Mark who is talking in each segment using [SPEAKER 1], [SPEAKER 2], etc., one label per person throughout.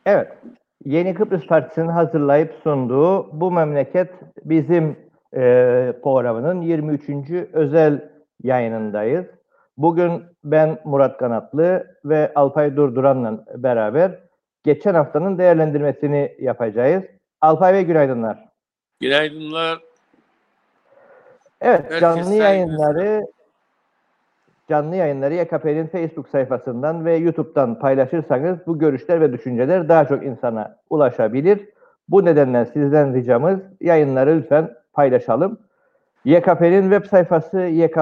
[SPEAKER 1] Evet, Yeni Kıbrıs Partisi'nin hazırlayıp sunduğu Bu Memleket Bizim programının 23. özel yayınındayız. Bugün ben Murat Kanatlı ve Alpay Durduran'la beraber geçen haftanın değerlendirmesini yapacağız. Alpay Bey günaydınlar.
[SPEAKER 2] Günaydınlar.
[SPEAKER 1] Evet,
[SPEAKER 2] Herkes saygısına.
[SPEAKER 1] Canlı yayınları YKP'nin Facebook sayfasından ve YouTube'dan paylaşırsanız bu görüşler ve düşünceler daha çok insana ulaşabilir. Bu nedenle sizden ricamız yayınları lütfen paylaşalım. YKP'nin web sayfası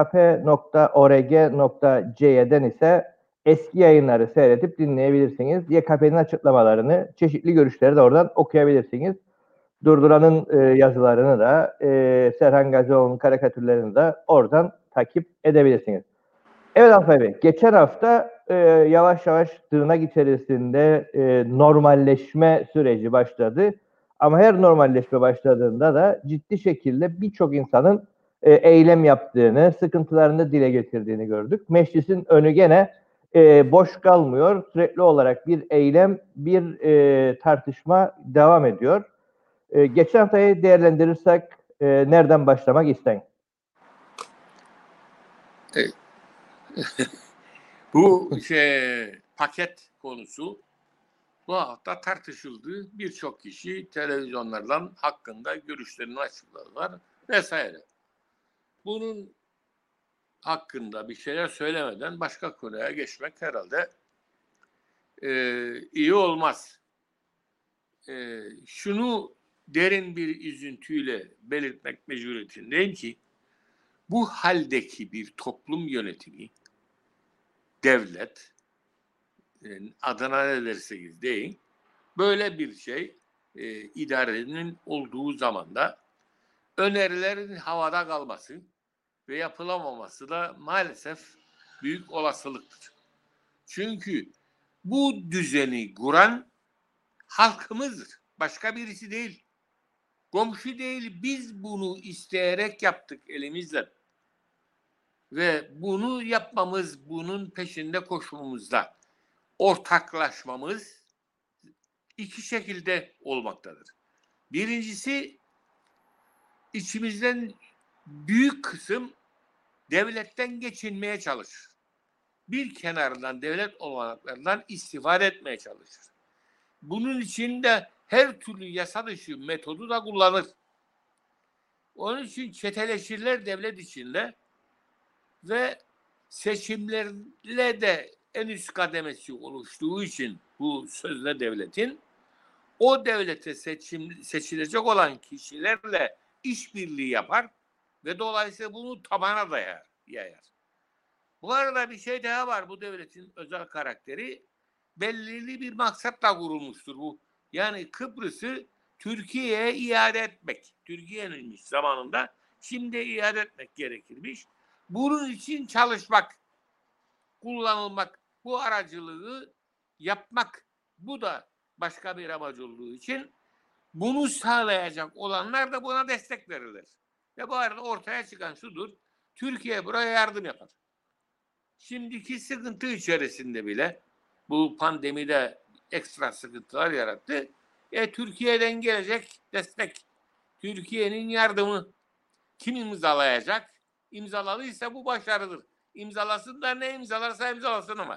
[SPEAKER 1] ykp.org.c'den ise eski yayınları seyredip dinleyebilirsiniz. YKP'nin açıklamalarını, çeşitli görüşleri de oradan okuyabilirsiniz. Durduran'ın yazılarını da, Serhan Gazioğlu'nun karikatürlerini de oradan takip edebilirsiniz. Evet Alpay Bey, geçen hafta yavaş yavaş tırnak içerisinde normalleşme süreci başladı. Ama her normalleşme başladığında da ciddi şekilde birçok insanın eylem yaptığını, sıkıntılarını dile getirdiğini gördük. Meclisin önü gene boş kalmıyor. Sürekli olarak bir eylem, bir tartışma devam ediyor. Geçen haftayı değerlendirirsek nereden başlamak isteyin?
[SPEAKER 2] Bu paket konusu bu hafta tartışıldı. Birçok kişi televizyonlardan hakkında görüşlerini açıkladılar vesaire. Bunun hakkında bir şeyler söylemeden başka konuya geçmek herhalde iyi olmaz. Şunu derin bir üzüntüyle belirtmek mecburiyetindeyim ki bu haldeki bir toplum yönetimi, devlet, adına ne derseniz deyin, böyle bir şey idarenin olduğu zaman da önerilerin havada kalması ve yapılamaması da maalesef büyük olasılıktır. Çünkü bu düzeni kuran halkımızdır. Başka birisi değil. Komşu değil. Biz bunu isteyerek yaptık elimizle. Ve bunu yapmamız, bunun peşinde koşmamızda ortaklaşmamız iki şekilde olmaktadır. Birincisi, içimizden büyük kısım devletten geçinmeye çalışır. Bir kenarından devlet olanaklarından istifade etmeye çalışır. Bunun için de her türlü yasa dışı metodu da kullanır. Onun için çeteleşirler devlet içinde ve seçimlerle de en üst kademesi oluştuğu için bu sözde devletin o devlete seçilecek olan kişilerle işbirliği yapar ve dolayısıyla bunu tabana yayar. Bu arada bir şey daha var, bu devletin özel karakteri belirli bir maksatla kurulmuştur bu. Yani Kıbrıs'ı Türkiye'ye iade etmek. Türkiye'nin zamanında şimdi iade etmek gerekirmiş. Bunun için çalışmak, kullanılmak, bu aracılığı yapmak, bu da başka bir amaç olduğu için bunu sağlayacak olanlar da buna destek verirler. Ve bu arada ortaya çıkan şudur: Türkiye buraya yardım yapar. Şimdiki sıkıntı içerisinde bile bu pandemide ekstra sıkıntılar yarattı. Türkiye'den gelecek destek, Türkiye'nin yardımı kim imzalayacak? İmzaladıysa bu başarıdır. İmzalasın da ne imzalarsa imzalasın ama.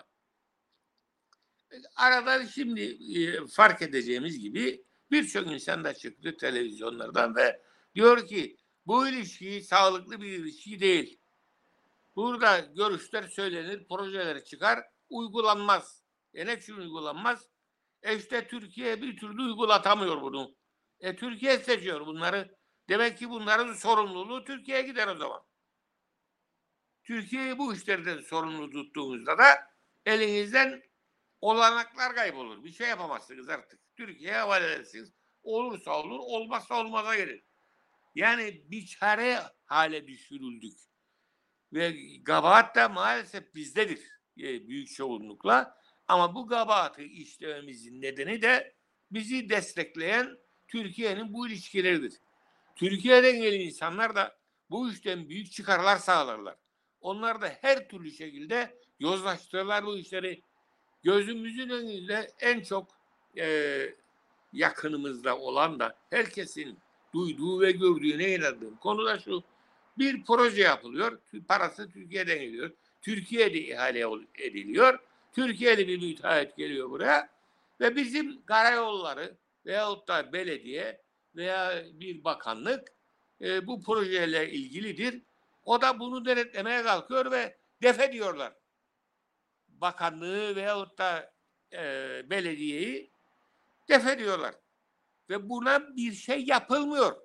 [SPEAKER 2] Arada şimdi fark edeceğimiz gibi birçok insan da çıktı televizyonlardan ve diyor ki bu ilişki sağlıklı bir ilişki değil. Burada görüşler söylenir, projeler çıkar, uygulanmaz. Ne için uygulanmaz? İşte Türkiye bir türlü uygulatamıyor bunu. Türkiye seçiyor bunları. Demek ki bunların sorumluluğu Türkiye'ye gider o zaman. Türkiye'yi bu işlerden sorumlu tuttuğunuzda da elinizden olanaklar kaybolur. Bir şey yapamazsınız artık. Türkiye'ye havale edersiniz. Olursa olur, olmazsa olmaza gelir. Yani biçare hale düşürüldük. Ve kabahat da maalesef bizdedir büyük çoğunlukla. Ama bu kabahatı işlememizin nedeni de bizi destekleyen Türkiye'nin bu ilişkileridir. Türkiye'den gelen insanlar da bu işten büyük çıkarlar sağlarlar. Onlar da her türlü şekilde yozlaştırırlar bu işleri. Gözümüzün önünde en çok yakınımızda olan da herkesin duyduğu ve gördüğüne inandığım konu da şu: bir proje yapılıyor, parası Türkiye'den geliyor, Türkiye'de ihale ediliyor, Türkiye'de bir müteahhit geliyor buraya ve bizim karayolları veyahut da belediye veya bir bakanlık bu projeyle ilgilidir. O da bunu denetlemeye kalkıyor ve def ediyorlar. Bakanlığı veyahut da belediyeyi def ediyorlar. Ve buna bir şey yapılmıyor.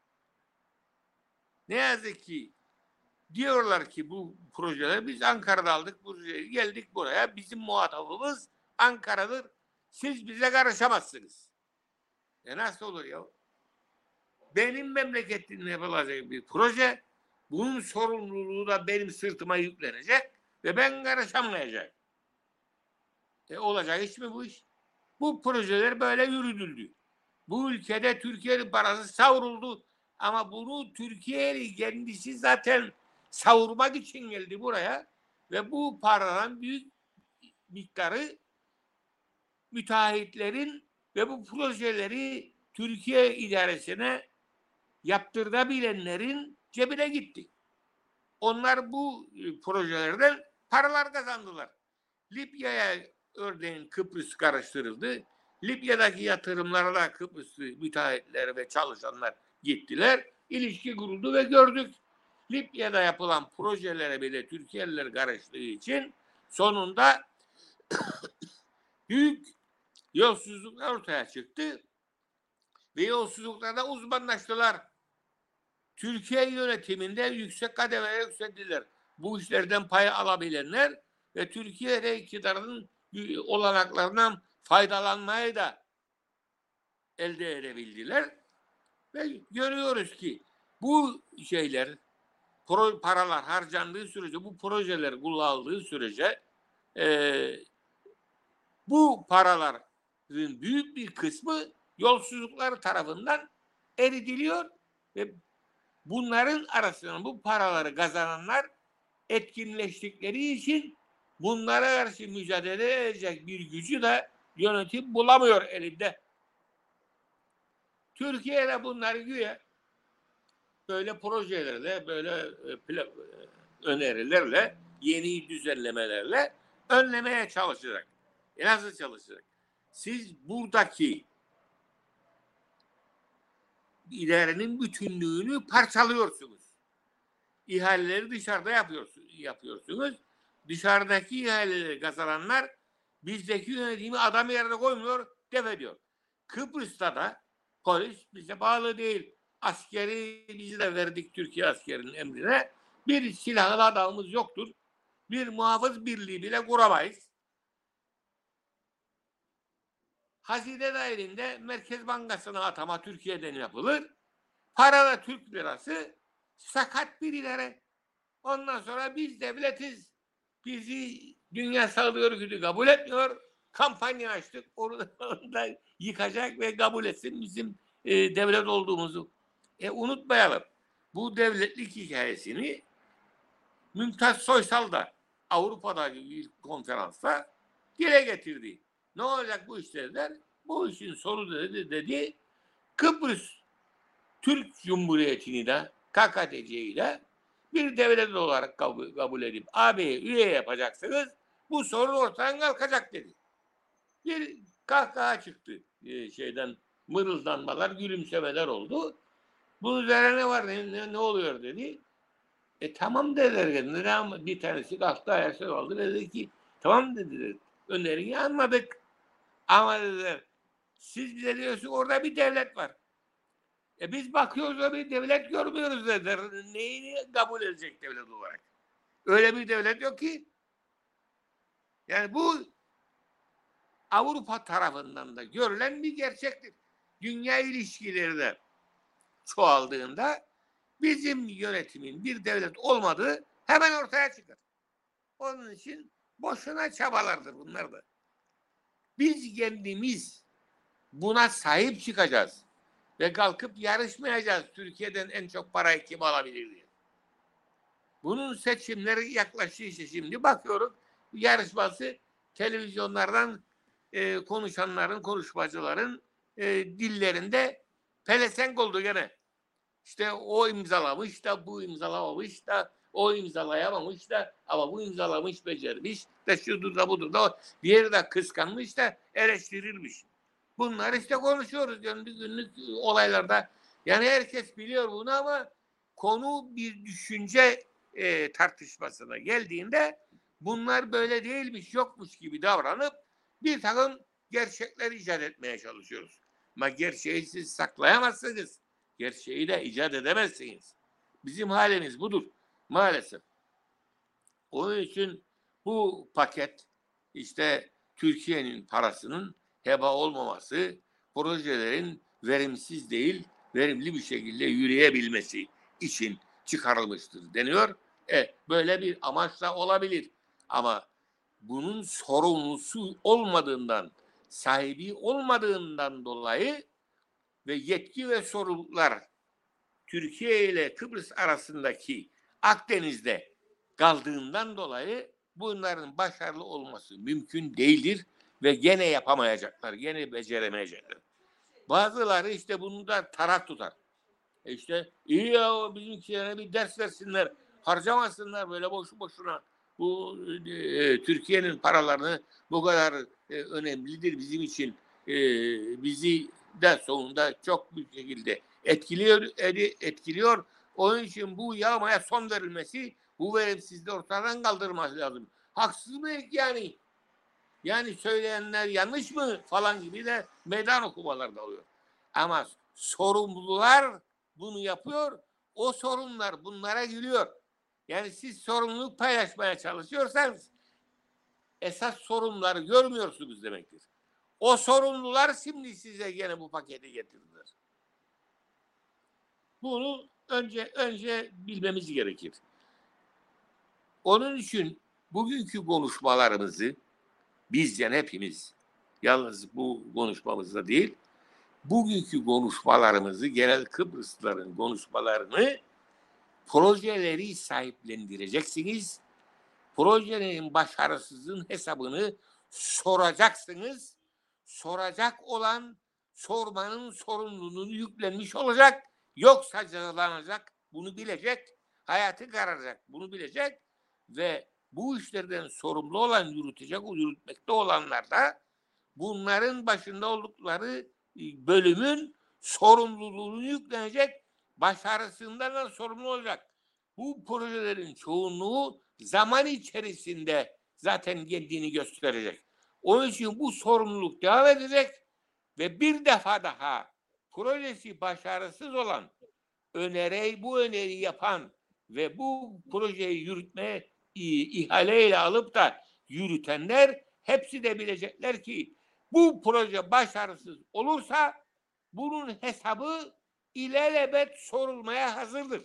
[SPEAKER 2] Ne yazık ki diyorlar ki bu projeleri biz Ankara'da aldık, geldik buraya. Bizim muhatabımız Ankara'dır. Siz bize karışamazsınız. Nasıl olur ya? Benim memleketimde yapılacak bir proje, bunun sorumluluğu da benim sırtıma yüklenecek ve ben karışamayacağım. Olacak iş mi bu iş? Bu projeler böyle yürütüldü. Bu ülkede Türkiye'nin parası savruldu. Ama bunu Türkiye'nin kendisi zaten savurmak için geldi buraya. Ve bu paraların büyük miktarı müteahhitlerin ve bu projeleri Türkiye idaresine yaptırabilenlerin cebine gitti. Onlar bu projelerden paralar kazandılar. Libya'ya örneğin Kıbrıs karıştırıldı. Libya'daki yatırımlara da Kıbrıslı müteahhitler ve çalışanlar gittiler. İlişki kuruldu ve gördük. Libya'da yapılan projelere bile Türkiye'liler karıştığı için sonunda büyük yolsuzluklar ortaya çıktı. Ve yolsuzluklarda uzmanlaştılar. Türkiye yönetiminde yüksek kademelere yükseldiler. Bu işlerden pay alabilenler ve Türkiye'de iktidarın olanaklarından faydalanmayı da elde edebildiler. Ve görüyoruz ki bu şeyler, paralar harcandığı sürece, bu projeler kullanıldığı sürece bu paraların büyük bir kısmı yolsuzluklar tarafından eritiliyor ve bunların arasından bu paraları kazananlar etkinleştikleri için bunlara karşı mücadele edecek bir gücü de yönetim bulamıyor elinde. Türkiye'de bunları güya böyle projelerle, böyle önerilerle, yeni düzenlemelerle önlemeye çalışacak. Nasıl çalışacak? Siz buradaki idarenin bütünlüğünü parçalıyorsunuz. İhaleleri dışarıda yapıyorsunuz. Dışarıdaki ihaleleri kazananlar bizdeki yönetimi adam yerine koymuyor, def ediyor. Kıbrıs'ta da polis bize bağlı değil. Askeri bizi de verdik Türkiye askerinin emrine. Bir silahlı adamımız yoktur. Bir muhafız birliği bile kuramayız. Hazine dairinde Merkez Bankası'na atama Türkiye'den yapılır. Para da Türk lirası, sakat bir idare. Ondan sonra biz devletiz. Bizi Dünya Sağlık Örgütü kabul etmiyor. Kampanya açtık. Onu da yıkacak ve kabul etsin bizim devlet olduğumuzu. Unutmayalım. Bu devletlik hikayesini Mümtaz Soysal da Avrupa'daki bir konferansta dile getirdi. Ne olacak bu işlerden? Bu işin sonu dedi Kıbrıs Türk Cumhuriyeti'ni de KKTC'yi de bir devlet olarak kabul edip AB'ye üye yapacaksınız. Bu sorun ortadan kalkacak dedi. Bir kahkaha çıktı şeyden, mırıldanmalar, gülümsemeler oldu. Bunun üzerine ne var, ne oluyor dedi. Tamam dediler. Bir tanesi kalktı, ayakta kaldı ve dedi ki tamam dediler. Öneriyi anladık. Ama dediler siz bize diyorsunuz orada bir devlet var. Biz bakıyoruz da bir devlet görmüyoruz dediler. Neyini kabul edecek devlet olarak? Öyle bir devlet yok ki. Yani bu Avrupa tarafından da görülen bir gerçektir. Dünya ilişkileri de çoğaldığında bizim yönetimin bir devlet olmadığı hemen ortaya çıkar. Onun için boşuna çabalardır bunlar da. Biz kendimiz buna sahip çıkacağız. Ve kalkıp yarışmayacağız Türkiye'den en çok parayı kim alabilir diye. Bunun seçimleri yaklaştığı için şimdi bakıyorum yarışması televizyonlardan konuşanların, konuşmacıların dillerinde pelesenk oldu gene. İşte o imzalamış da bu imzalamamış da o imzalayamamış da ama bu imzalamış, becermiş de şudur da budur da diğeri de kıskanmış da eleştirilmiş. Bunlar işte konuşuyoruz yani günlük olaylarda. Yani herkes biliyor bunu ama konu bir düşünce tartışmasına geldiğinde bunlar böyle değilmiş, yokmuş gibi davranıp bir takım gerçekler icat etmeye çalışıyoruz. Ama gerçeği siz saklayamazsınız. Gerçeği de icat edemezsiniz. Bizim halimiz budur maalesef. Onun için bu paket işte Türkiye'nin parasının heba olmaması, projelerin verimsiz değil, verimli bir şekilde yürüyebilmesi için çıkarılmıştır deniyor. Böyle bir amaçla olabilir. Ama bunun sorumlusu olmadığından, sahibi olmadığından dolayı ve yetki ve sorumluluklar Türkiye ile Kıbrıs arasındaki Akdeniz'de kaldığından dolayı bunların başarılı olması mümkün değildir ve gene yapamayacaklar, gene beceremeyecekler. Bazıları işte bunu da taraf tutar. İşte iyi ya bizimkilere bir ders versinler, harcamasınlar böyle boşu boşuna. Bu Türkiye'nin paralarını bu kadar önemlidir bizim için. Bizi de sonunda çok büyük şekilde etkiliyor. Onun için bu yağmaya son verilmesi, bu verimsizliği ortadan kaldırılması lazım. Haksız mı yani? Yani söyleyenler yanlış mı falan gibi de meydan okumalar da oluyor. Ama sorumlular bunu yapıyor. O sorunlar bunlara gülüyor. Yani siz sorumluluk paylaşmaya çalışıyorsanız esas sorunları görmüyorsunuz demektir. O sorumlular şimdi size gene bu paketi getirdiler. Bunu önce bilmemiz gerekir. Onun için bugünkü konuşmalarımızı bizden hepimiz, yalnız bu konuşmamızda değil, bugünkü konuşmalarımızı, genel Kıbrıslıların konuşmalarını, projeleri sahiplendireceksiniz. Projenin başarısızlığın hesabını soracaksınız. Soracak olan sormanın sorumluluğunu yüklenmiş olacak. Yoksa cezalanacak. Bunu bilecek. Hayatı kararacak. Bunu bilecek. Ve bu işlerden sorumlu olan, yürütmekte olanlar da bunların başında oldukları bölümün sorumluluğunu yüklenecek. Başarısından da sorumlu olacak. Bu projelerin çoğunluğu zaman içerisinde zaten kendini gösterecek. Onun için bu sorumluluk devam edecek ve bir defa daha projesi başarısız olan bu öneriyi yapan ve bu projeyi yürütmeye ihaleyle alıp da yürütenler hepsi de bilecekler ki bu proje başarısız olursa bunun hesabı ilelebet sorulmaya hazırdır.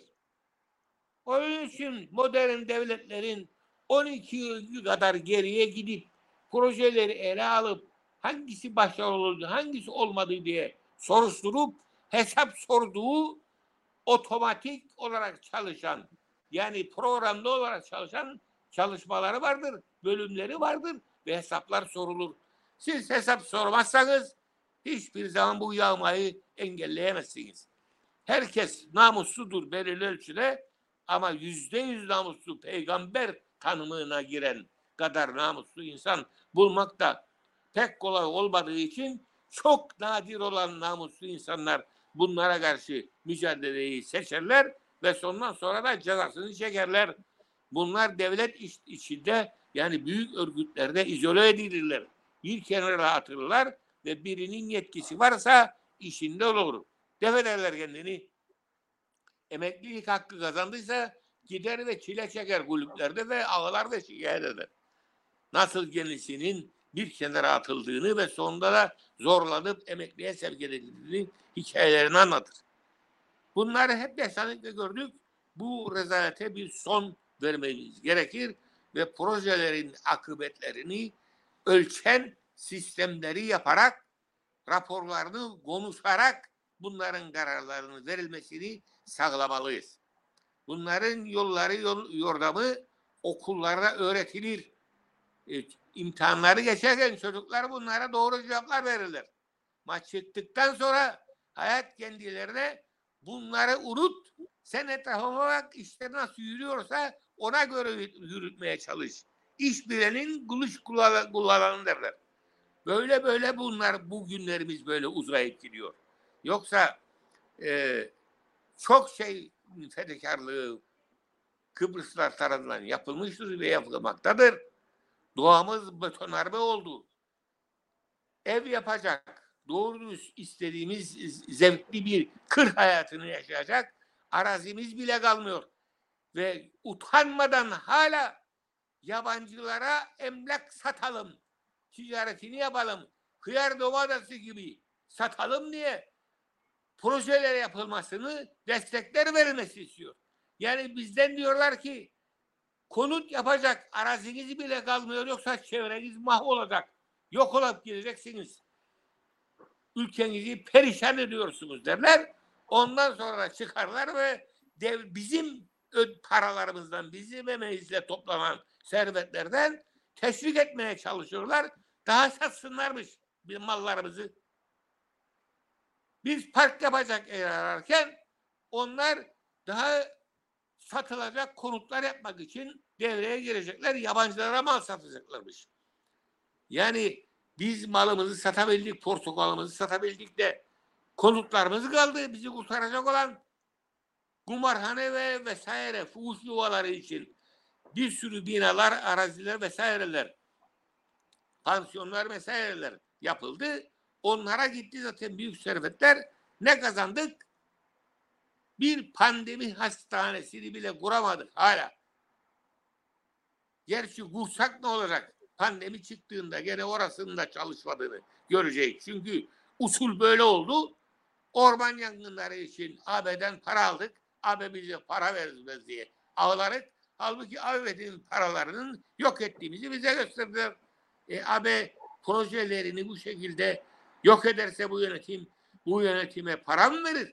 [SPEAKER 2] Onun için modern devletlerin 12 yıl kadar geriye gidip projeleri ele alıp hangisi başarılı oldu, hangisi olmadı diye soruşturup hesap sorduğu otomatik olarak çalışan, yani programda olarak çalışan çalışmaları vardır, bölümleri vardır ve hesaplar sorulur. Siz hesap sormazsanız hiçbir zaman bu yağmayı engelleyemezsiniz. Herkes namusludur belirli ölçüde ama %100 namuslu, peygamber tanımına giren kadar namuslu insan bulmak da pek kolay olmadığı için çok nadir olan namuslu insanlar bunlara karşı mücadeleyi seçerler ve sondan sonra da cezasını çekerler. Bunlar devlet içinde, yani büyük örgütlerde izole edilirler. Bir kenara atılırlar ve birinin yetkisi varsa işinde olur. Def ederler kendini. Emeklilik hakkı kazandıysa gider ve çile çeker kulüplerde ve ağlar ve şikayet eder. Nasıl kendisinin bir kenara atıldığını ve sonunda da zorlanıp emekliye sevk edildiğini hikayelerini anlatır. Bunları hep yaşadık ve gördük. Bu rezalete bir son vermemiz gerekir ve projelerin akıbetlerini ölçen sistemleri yaparak, raporlarını konuşarak bunların kararlarını verilmesini sağlamalıyız. Bunların yordamı okullarda öğretilir. imtihanları geçerken çocuklar bunlara doğru cevaplar verirler. Maç çıktıktan sonra hayat kendilerine bunları unut. Sen etrafına bak, işte nasıl yürüyorsa ona göre yürütmeye çalış. İş bilenin kılıç kullananı derler. Böyle böyle bu günlerimiz böyle uzayıp gidiyor. Yoksa çok fedakarlığı Kıbrıslılar tarafından yapılmıştır ve yapılmaktadır. Doğamız betonarme oldu. Ev yapacak, doğru dürüst istediğimiz zevkli bir kır hayatını yaşayacak arazimiz bile kalmıyor. Ve utanmadan hala yabancılara emlak satalım, ticaretini yapalım, hıyar domatesi gibi satalım diye projeler yapılmasını, destekler verilmesi istiyor. Yani bizden diyorlar ki konut yapacak araziniz bile kalmıyor, yoksa çevreniz mahvolacak. Yok olup gideceksiniz. Ülkenizi perişan ediyorsunuz derler. Ondan sonra çıkarlar ve bizim paralarımızdan, bizim emeğimizle toplanan servetlerden teşvik etmeye çalışıyorlar. Daha satsınlarmış mallarımızı. Biz park yapacak yer ararken onlar daha satılacak konutlar yapmak için devreye girecekler. Yabancılara mal satacaklarmış. Yani biz malımızı satabildik, portakalımızı satabildik de konutlarımız kaldı. Bizi kurtaracak olan kumarhane ve vesaire fuhuş yuvaları için bir sürü binalar, araziler vesaireler, pansiyonlar vesaireler yapıldı. Onlara gitti zaten büyük servetler. Ne kazandık? Bir pandemi hastanesini bile kuramadık hala. Gerçi kursak ne olacak? Pandemi çıktığında gene orasının da çalışmadığını göreceğiz. Çünkü usul böyle oldu. Orman yangınları için AB'den para aldık. AB bize para vermez diye ağlarık. Halbuki AB'nin paralarının yok ettiğimizi bize gösterdiler. AB projelerini bu şekilde yok ederse bu yönetime para mı verir?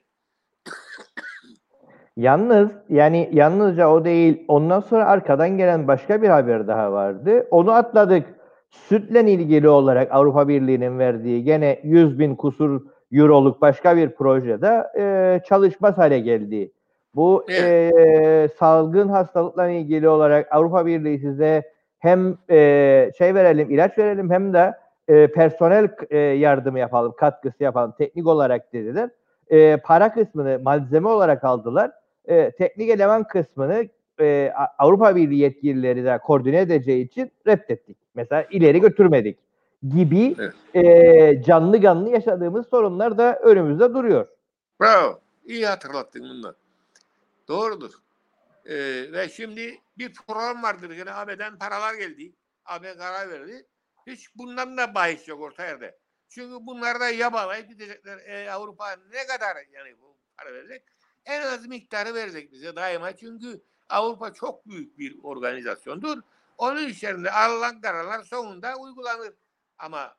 [SPEAKER 1] Yalnızca o değil. Ondan sonra arkadan gelen başka bir haber daha vardı. Onu atladık. Sütle ilgili olarak Avrupa Birliği'nin verdiği gene 100.000 kusur euroluk başka bir projede çalışmaz hale geldi. Bu
[SPEAKER 2] Evet.
[SPEAKER 1] salgın hastalıkla ilgili olarak Avrupa Birliği size hem verelim, ilaç verelim, hem de personel yardımı yapalım, katkısı yapalım. Teknik olarak dediler. Para kısmını malzeme olarak aldılar. Teknik eleman kısmını Avrupa Birliği yetkilileri de koordine edeceği için reddettik. Mesela ileri götürmedik gibi canlı yaşadığımız sorunlar da önümüzde duruyor.
[SPEAKER 2] Bravo. İyi hatırlattın bunu. Doğrudur. Ve şimdi bir program vardır. Yine AB'den paralar geldi. AB karar verdi. Hiç bundan da bahis yok orta yerde. Çünkü bunlar da yabalayıp gidecekler. Avrupa ne kadar yani bu para verecek? En az miktarı verecek bize daima. Çünkü Avrupa çok büyük bir organizasyondur. Onun içerisinde alınan kararlar sonunda uygulanır. Ama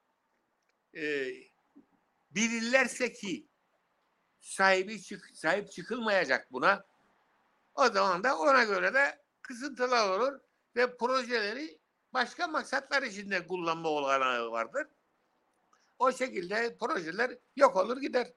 [SPEAKER 2] bilirlerse ki sahip çıkılmayacak buna, o zaman da ona göre de kısıntılar olur ve projeleri başka maksatlar için de kullanma olanağı vardır. O şekilde projeler yok olur gider.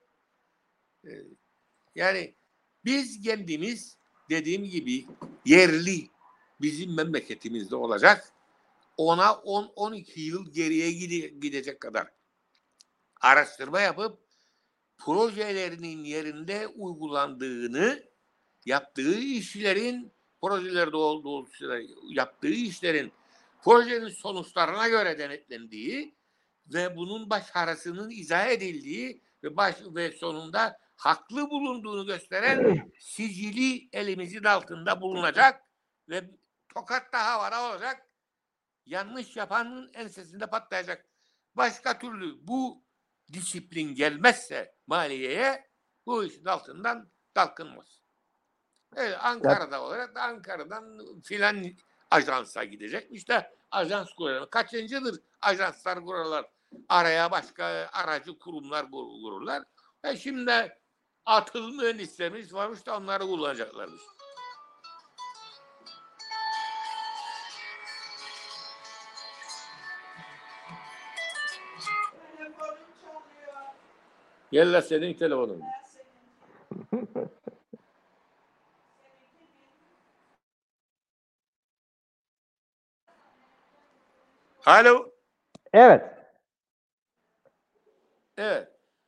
[SPEAKER 2] Yani biz kendimiz dediğim gibi yerli bizim memleketimizde olacak, ona 10-12 yıl geriye gidecek kadar araştırma yapıp projelerinin yerinde uygulandığını, yaptığı işlerin projelerde olduğu yaptığı işlerin projenin sonuçlarına göre denetlendiği ve bunun başarısının izah edildiği ve sonunda haklı bulunduğunu gösteren sicili elimizin altında bulunacak ve tokatta havada olacak. Yanlış yapanın ensesinde patlayacak. Başka türlü bu disiplin gelmezse maliyeye bu işin altından kalkınmaz. Evet, Ankara'da olarak da Ankara'dan filan ajansa gidecekmiş de ajans kurarlar. Kaçıncıdır ajanslar kurarlar. Araya başka aracı kurumlar kururlar. Ve şimdi atıl mühendislerimiz varmış da onları kullanacaklarmış. Gel la senin telefonun. Alo.
[SPEAKER 1] Evet.
[SPEAKER 2] Evet.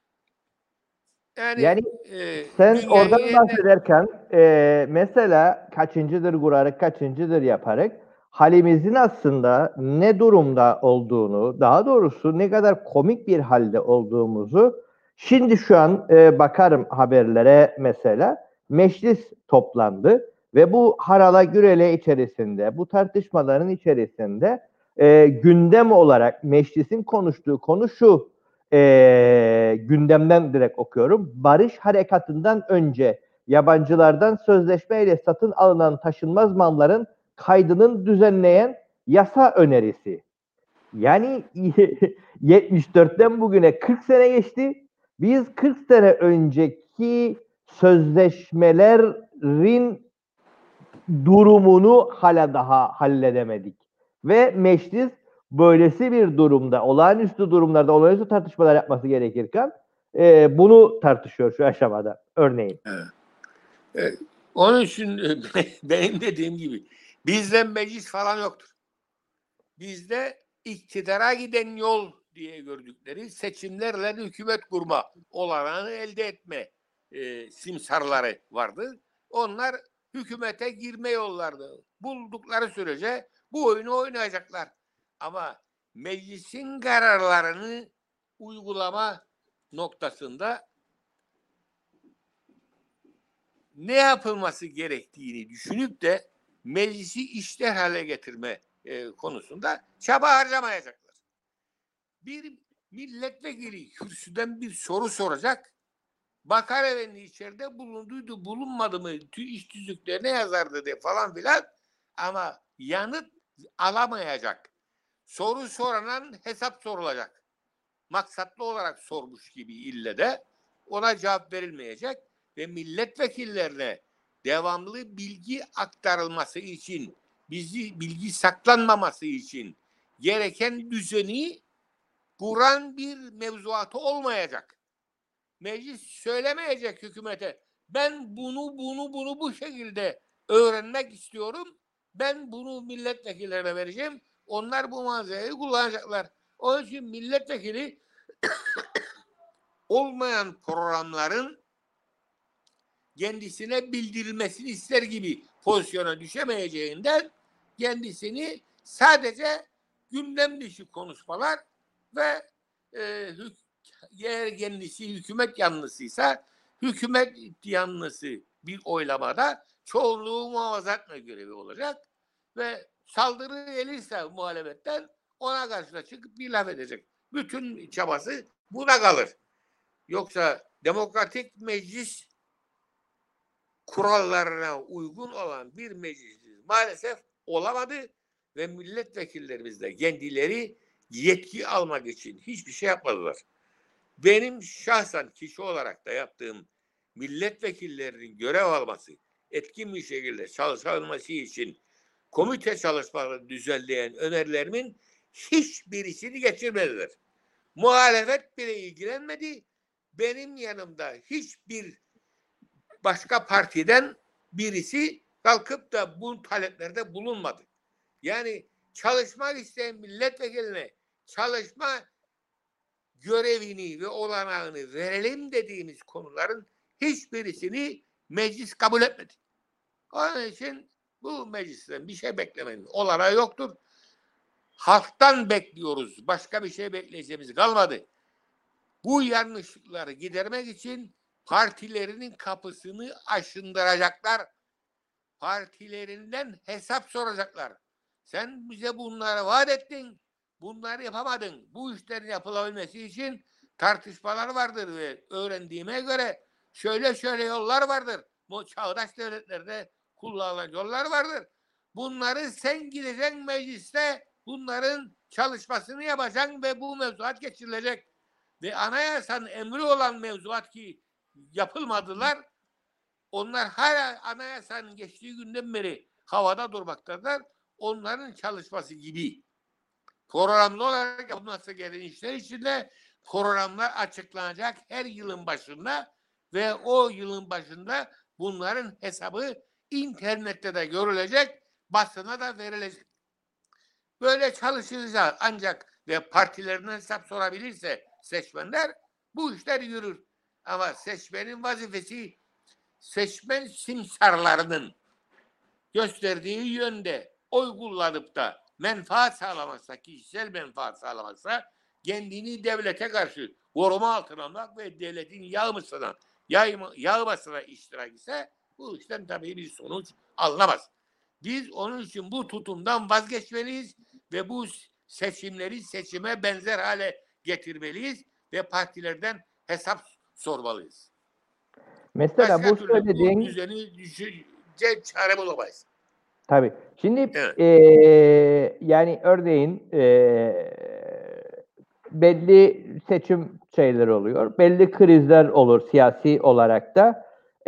[SPEAKER 2] Yani
[SPEAKER 1] Yani sen
[SPEAKER 2] dünyayı
[SPEAKER 1] oradan bahsederken mesela kaçıncıdır kurarak, kaçıncıdır yaparak halimizin aslında ne durumda olduğunu, daha doğrusu ne kadar komik bir halde olduğumuzu şimdi şu an bakarım haberlere mesela meclis toplandı ve bu harala gürele içerisinde, bu tartışmaların içerisinde gündem olarak meclisin konuştuğu konu şu: gündemden direkt okuyorum. Barış harekatından önce yabancılardan sözleşmeyle satın alınan taşınmaz malların kaydının düzenleyen yasa önerisi. Yani 74'ten bugüne 40 sene geçti. Biz 40 sene önceki sözleşmelerin durumunu hala daha halledemedik. Ve meclis böylesi bir durumda, olağanüstü durumlarda olağanüstü tartışmalar yapması gerekirken bunu tartışıyor şu aşamada örneğin.
[SPEAKER 2] Evet. Evet. Onun için benim dediğim gibi bizde meclis falan yoktur. Bizde iktidara giden yol diye gördükleri seçimlerle hükümet kurma olanağını elde etme simsarları vardı. Onlar hükümete girme yollardı. Buldukları sürece bu oyunu oynayacaklar. Ama meclisin kararlarını uygulama noktasında ne yapılması gerektiğini düşünüp de meclisi işler hale getirme konusunda çaba harcamayacaklar. Bir milletvekili kürsüden bir soru soracak. Bakar efendi içeride bulunduydu, bulunmadı mı, iş tüzüklerine yazardı de falan filan. Ama yanıt alamayacak. Soru soranan hesap sorulacak. Maksatlı olarak sormuş gibi ille de ona cevap verilmeyecek ve milletvekillerine devamlı bilgi aktarılması için, bilgi saklanmaması için gereken düzeni kuran bir mevzuatı olmayacak. Meclis söylemeyecek hükümete. Ben bunu bu şekilde öğrenmek istiyorum. Ben bunu milletvekillerine vereceğim. Onlar bu malzemeyi kullanacaklar. Onun için milletvekili olmayan programların kendisine bildirilmesini ister gibi pozisyona düşemeyeceğinden kendisini sadece gündem dışı konuşmalar ve eğer kendisi hükümet yanlısıysa hükümet yanlısı bir oylamada çoğunluğu muhafaza etme görevi olacak ve saldırı gelirse muhalefetten ona karşı da çıkıp bir laf edecek. Bütün çabası buna kalır. Yoksa demokratik meclis kurallarına uygun olan bir meclis maalesef olamadı ve milletvekillerimiz de kendileri yetki almak için hiçbir şey yapmadılar. Benim şahsen kişi olarak da yaptığım milletvekillerinin görev alması, etkin bir şekilde çalışılması için komite çalışmaları düzenleyen önerilerimin hiçbirisini geçirmediler. Muhalefet bile ilgilenmedi. Benim yanımda hiçbir başka partiden birisi kalkıp da bu taleplerde bulunmadı. Yani çalışmak isteyen milletvekiline çalışma görevini ve olanağını verelim dediğimiz konuların hiçbirisini meclis kabul etmedi. Onun için bu meclisten bir şey beklemenin olanağı yoktur. Halktan bekliyoruz. Başka bir şey bekleyeceğimiz kalmadı. Bu yanlışlıkları gidermek için partilerinin kapısını aşındıracaklar. Partilerinden hesap soracaklar. Sen bize bunları vaat ettin. Bunları yapamadın. Bu işlerin yapılabilmesi için tartışmalar vardır ve öğrendiğime göre şöyle yollar vardır. Bu çağdaş devletlerde kullanılan yollar vardır. Bunları sen gideceksin mecliste bunların çalışmasını yapacaksın ve bu mevzuat geçirilecek. Ve anayasanın emri olan mevzuat ki yapılmadılar. Onlar hala anayasanın geçtiği günden beri havada durmaktadır. Onların çalışması gibi programlı olarak yapılması gereken işler içinde programlar açıklanacak her yılın başında ve o yılın başında bunların hesabı internette de görülecek, basına da verilecek. Böyle çalışılacak ancak ve partilerine hesap sorabilirse seçmenler bu işler yürür. Ama seçmenin vazifesi seçmen simsarlarının gösterdiği yönde oy kullanıp da menfaat sağlamazsa, kişisel menfaat sağlamazsa kendini devlete karşı koruma altına almak ve devletin yağmasına iştirak ise bu işten tabii bir sonuç alınamaz. Biz onun için bu tutumdan vazgeçmeliyiz ve bu seçimleri seçime benzer hale getirmeliyiz ve partilerden hesap sormalıyız.
[SPEAKER 1] Mesela
[SPEAKER 2] Başka
[SPEAKER 1] bu
[SPEAKER 2] türlü bu
[SPEAKER 1] söylediğin
[SPEAKER 2] düzeni çare bulamayız.
[SPEAKER 1] tabii. Şimdi
[SPEAKER 2] Evet.
[SPEAKER 1] yani örneğin belli seçim şeyleri oluyor. Belli krizler olur siyasi olarak da.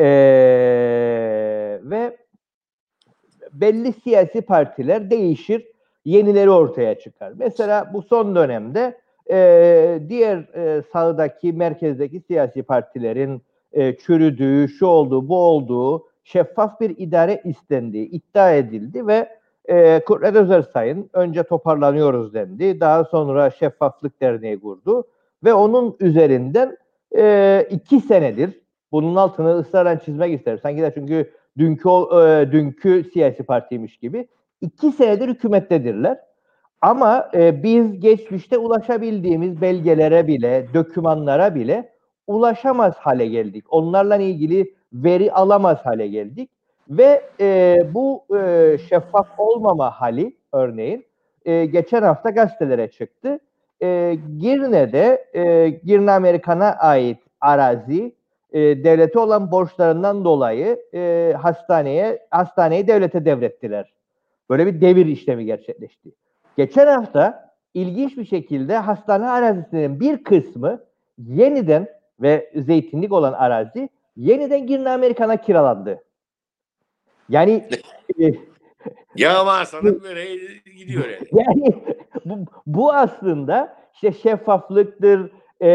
[SPEAKER 1] Ve belli siyasi partiler değişir, yenileri ortaya çıkar. Mesela bu son dönemde diğer sağdaki, merkezdeki siyasi partilerin çürüdüğü, şu olduğu, bu olduğu, şeffaf bir idare istendiği iddia edildi ve Kudret Özersay'ın önce toparlanıyoruz dendi. Daha sonra Şeffaflık Derneği kurdu ve onun üzerinden 2 senedir bunun altını ısrarla çizmek isterim. Sanki de çünkü dünkü siyasi partiymiş gibi 2 senedir hükümettedirler. Ama biz geçmişte ulaşabildiğimiz belgelere bile, dokümanlara bile ulaşamaz hale geldik. Onlarla ilgili veri alamaz hale geldik. Ve bu şeffaf olmama hali örneğin geçen hafta gazetelere çıktı. Girne'de, Girne Amerikan'a ait arazi devlete olan borçlarından dolayı hastaneyi devlete devrettiler. Böyle bir devir işlemi gerçekleşti. Geçen hafta ilginç bir şekilde hastane arazisinin bir kısmı yeniden ve zeytinlik olan arazi yeniden Girne Amerikan'a kiralandı. Yani
[SPEAKER 2] Yağmazsanın böyle gidiyor yani.
[SPEAKER 1] yani bu aslında işte şeffaflıktır,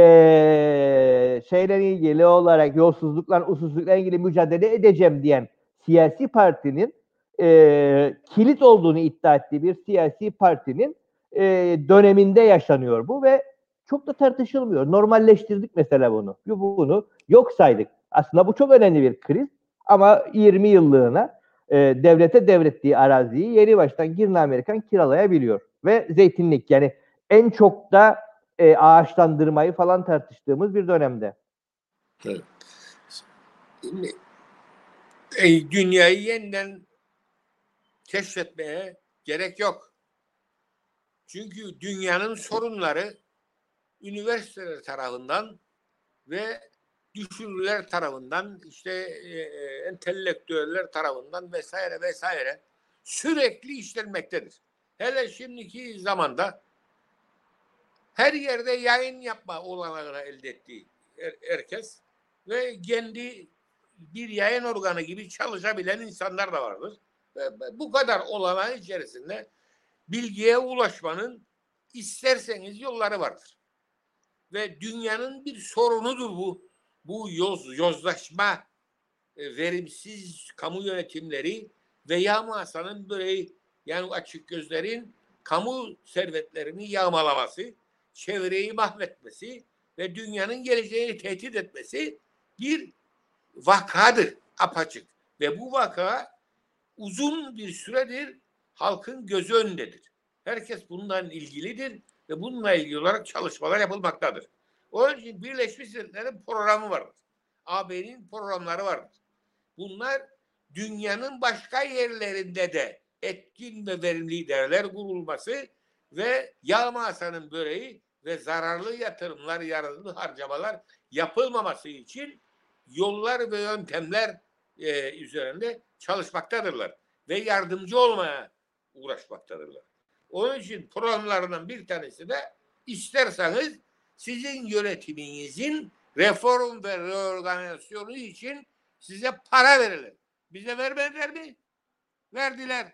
[SPEAKER 1] şeyle ilgili olarak yolsuzlukla, usulsüzlükle ilgili mücadele edeceğim diyen siyasi partinin kilit olduğunu iddia ettiği bir siyasi partinin döneminde yaşanıyor bu ve çok da tartışılmıyor. Normalleştirdik mesela bunu. Bunu yok saydık. Aslında bu çok önemli bir kriz ama 20 yıllığına devlete devrettiği araziyi yeni baştan Girne Amerikan kiralayabiliyor. Ve zeytinlik yani en çok da ağaçlandırmayı falan tartıştığımız bir dönemde.
[SPEAKER 2] Evet. Şimdi, dünyayı yeniden keşfetmeye gerek yok. Çünkü dünyanın sorunları üniversiteler tarafından ve düşünürler tarafından, işte entelektüeller tarafından vesaire vesaire sürekli işlenmektedir. Hele şimdiki zamanda her yerde yayın yapma olanağını elde ettiği herkes ve kendi bir yayın organı gibi çalışabilen insanlar da vardır. Ve bu kadar olanağın içerisinde bilgiye ulaşmanın isterseniz yolları vardır. Ve dünyanın bir sorunudur bu. Bu yozlaşma, verimsiz kamu yönetimleri ve yağmasanın böyle yani açık gözlerin kamu servetlerini yağmalaması, çevreyi mahvetmesi ve dünyanın geleceğini tehdit etmesi bir vakadır apaçık. Ve bu vaka uzun bir süredir halkın gözü önündedir. Herkes bundan ilgilidir ve bununla ilgili olarak çalışmalar yapılmaktadır. Onun için Birleşmiş Milletler'in programı vardır. AB'nin programları vardır. Bunlar dünyanın başka yerlerinde de etkin ve verimli liderler kurulması ve yağmasanın böreği ve zararlı yatırımlar, yararlı harcamalar yapılmaması için yollar ve yöntemler üzerinde çalışmaktadırlar ve yardımcı olmaya uğraşmaktadırlar. Onun için programlarından bir tanesi de isterseniz sizin yönetiminizin reform ve reorganizasyonu için size para verilir. Bize vermediler mi? Verdiler.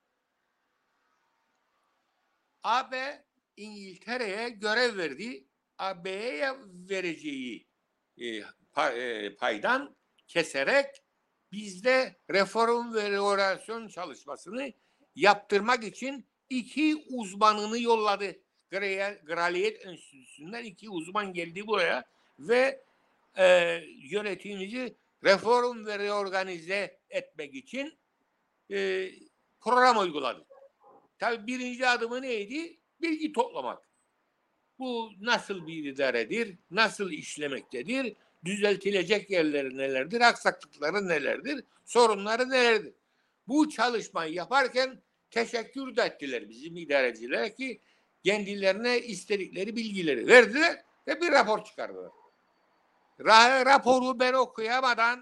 [SPEAKER 2] AB İngiltere'ye görev verdi. AB'ye vereceği paydan keserek bizde reform ve reorganizasyon çalışmasını yaptırmak için 2 uzmanını yolladı. Kraliyet Enstitüsü'nden 2 uzman geldi buraya ve yönetimimizi reform ve reorganize etmek için program uyguladı. Tabii birinci adımı neydi? Bilgi toplamak. Bu nasıl bir idaredir? Nasıl işlemektedir? Düzeltilecek yerleri nelerdir? Aksaklıkları nelerdir? Sorunları nelerdir? Bu çalışmayı yaparken teşekkür de ettiler bizim idareciler ki kendilerine istedikleri bilgileri verdiler ve bir rapor çıkardılar. Raporu ben okuyamadan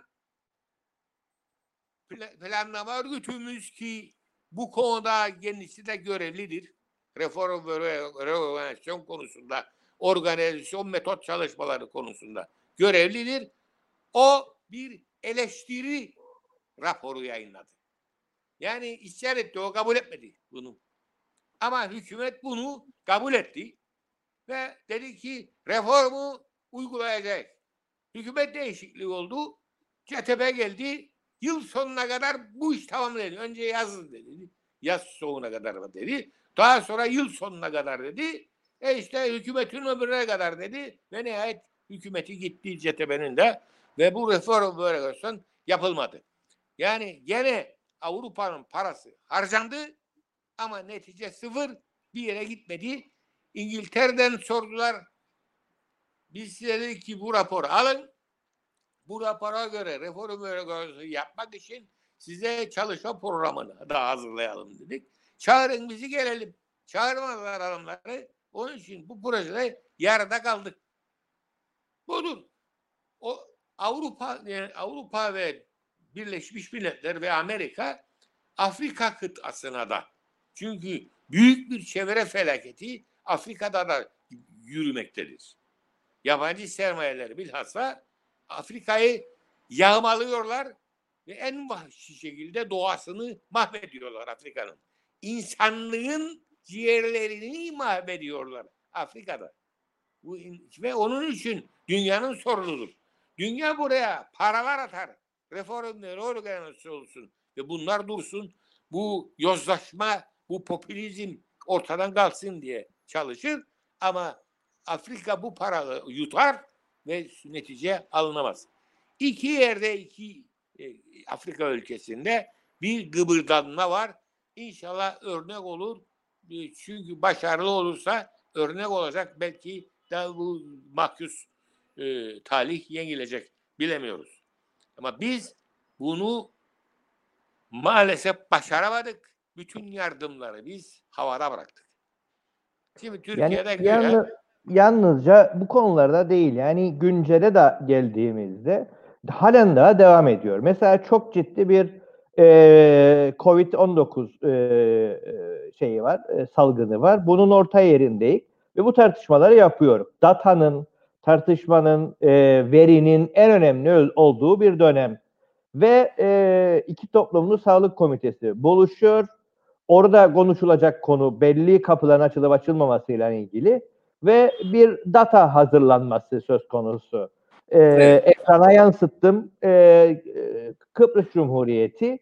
[SPEAKER 2] planlama örgütümüz ki bu konuda kendisi de görevlidir. Reform ve reorganizasyon konusunda, organizasyon metot çalışmaları konusunda görevlidir. O bir eleştiri raporu yayınladı. Yani isyan etti, o kabul etmedi bunu. Ama hükümet bunu kabul etti ve dedi ki reformu uygulayacak. Hükümet değişikliği oldu. CTP geldi. Yıl sonuna kadar bu iş tamam dedi. Önce yaz dedi. Yaz sonuna kadar dedi. Daha sonra yıl sonuna kadar dedi. İşte hükümetin ömrüne kadar dedi. Ve nihayet hükümeti gitti CTP'nin de ve bu reform böyle yapılmadı. Yani gene Avrupa'nın parası harcandı ama netice sıfır, bir yere gitmedi. İngiltere'den sordular. Biz size dedik ki bu raporu alın. Bu rapora göre reform yapmak için size çalışma programını da hazırlayalım dedik. Çağırın bizi gelelim. Çağırmadılar adamları. Onun için bu projede yarıda kaldık. Budur. O Avrupa ve Birleşmiş Milletler ve Amerika Afrika kıtasına da, çünkü büyük bir çevre felaketi Afrika'da da yürümektedir. Yabancı sermayeler bilhassa Afrika'yı yağmalıyorlar ve en vahşi şekilde doğasını mahvediyorlar Afrika'nın. İnsanlığın ciğerlerini mahvediyorlar Afrika'da. Ve onun için dünyanın sorunudur. Dünya buraya paralar atar. Reformlar organizasyon olsun ve bunlar dursun. Bu yozlaşma, bu popülizm ortadan kalksın diye çalışır. Ama Afrika bu paraları yutar ve netice alınamaz. İki yerde, Afrika ülkesinde bir gıbırdanma var. İnşallah örnek olur. Çünkü başarılı olursa örnek olacak. Belki daha bu mahkus talih yenilecek. Bilemiyoruz. Ama biz bunu maalesef başaramadık. Bütün yardımları biz havada bıraktık. Şimdi Türkiye'de
[SPEAKER 1] yalnızca bu konularda değil, yani güncele de geldiğimizde halen daha devam ediyor. Mesela çok ciddi bir Covid-19 şeyi var, salgını var. Bunun orta yerindeyiz ve bu tartışmaları yapıyoruz. Tartışmanın, verinin en önemli olduğu bir dönem. Ve iki toplumlu sağlık komitesi buluşuyor. Orada konuşulacak konu belli kapıların açılıp açılmamasıyla ilgili ve bir data hazırlanması söz konusu.
[SPEAKER 2] Evet.
[SPEAKER 1] Ekrana yansıttım. Kıbrıs Cumhuriyeti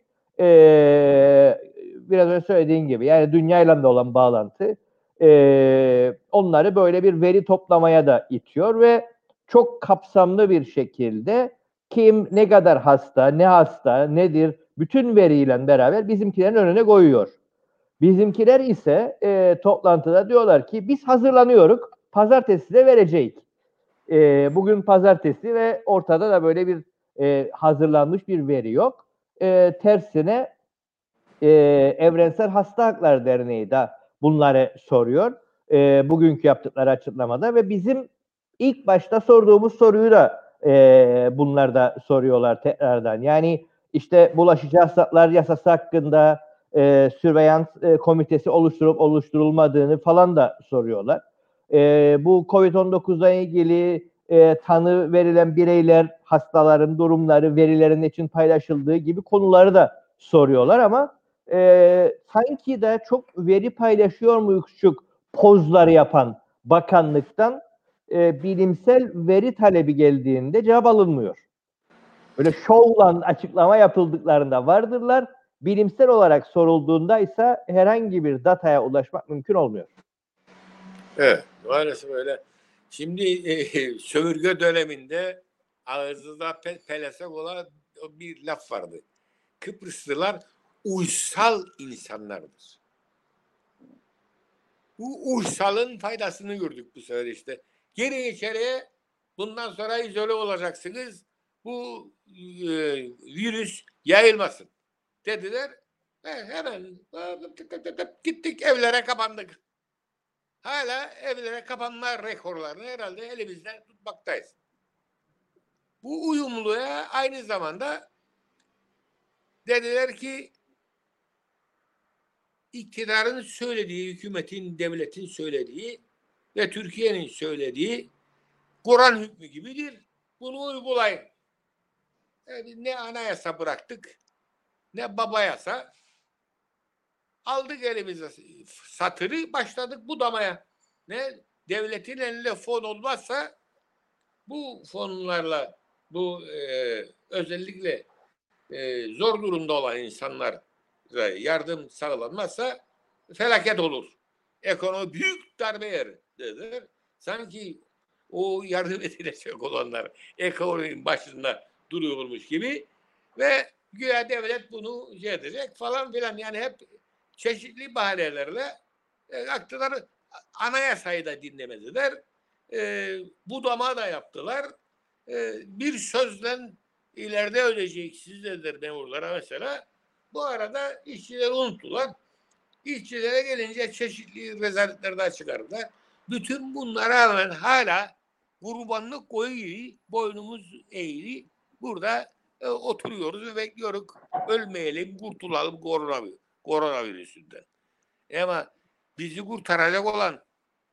[SPEAKER 1] biraz önce söylediğin gibi, yani dünyayla da olan bağlantı onları böyle bir veri toplamaya da itiyor ve çok kapsamlı bir şekilde kim ne kadar hasta, ne hasta, nedir, bütün veriyle beraber bizimkilerin önüne koyuyor. Bizimkiler ise toplantıda diyorlar ki biz hazırlanıyoruz, pazartesi de vereceğiz. Bugün pazartesi ve ortada da böyle bir hazırlanmış bir veri yok. Tersine Evrensel Hasta Hakları Derneği de bunları soruyor. Bugünkü yaptıkları açıklamada ve bizim ilk başta sorduğumuz soruyu da bunlar da soruyorlar tekrardan. Yani işte bulaşıcı hastalıklar yasası hakkında sürveyans komitesi oluşturup oluşturulmadığını falan da soruyorlar. Bu Covid-19'la ilgili tanı verilen bireyler, hastaların durumları, verilerin için paylaşıldığı gibi konuları da soruyorlar ama sanki de çok veri paylaşıyor muyuşuk pozları yapan bakanlıktan bilimsel veri talebi geldiğinde cevap alınmıyor. Böyle şovla açıklama yapıldıklarında vardırlar. Bilimsel olarak sorulduğunda ise herhangi bir dataya ulaşmak mümkün olmuyor.
[SPEAKER 2] Evet, maalesef öyle. Şimdi sömürge döneminde ağızda pelesek olan bir laf vardı. Kıbrıslılar uysal insanlardır. Bu uysalın faydasını gördük bu sefer işte. Geri içeriye bundan sonra izole olacaksınız. Bu virüs yayılmasın dediler. Hemen gittik evlere kapandık. Hala evlere kapanma rekorlarını herhalde elimizde tutmaktayız. Bu uyumluya aynı zamanda dediler ki iktidarın söylediği, hükümetin, devletin söylediği ve Türkiye'nin söylediği Kur'an hükmü gibidir. Bunu uygulayın. Yani ne anayasa bıraktık, ne baba yasa. Aldık elimize satırı, başladık budamaya. Ne devletin elinde fon olmazsa bu fonlarla bu özellikle zor durumda olan insanlara yardım sağlanmazsa felaket olur. Ekonomi büyük darbe yer dediler. Sanki o yardım edilecek olanlar ekonominin başında duruyormuş gibi ve güya devlet bunu şey edecek falan filan. Yani hep çeşitli bahanelerle aktılar, anayasayı da dinlemediler. Budama da yaptılar. Bir sözle ileride ödeyeceksiniz dediler memurlara mesela. Bu arada işçileri unuttular. İşçilere gelince çeşitli rezaletler daha çıkardılar. Bütün bunlara rağmen hala kurbanlık koyu gibi boynumuz eğri burada oturuyoruz ve bekliyoruz. Ölmeyelim, kurtulalım koronavirüsünden. Ama bizi kurtaracak olan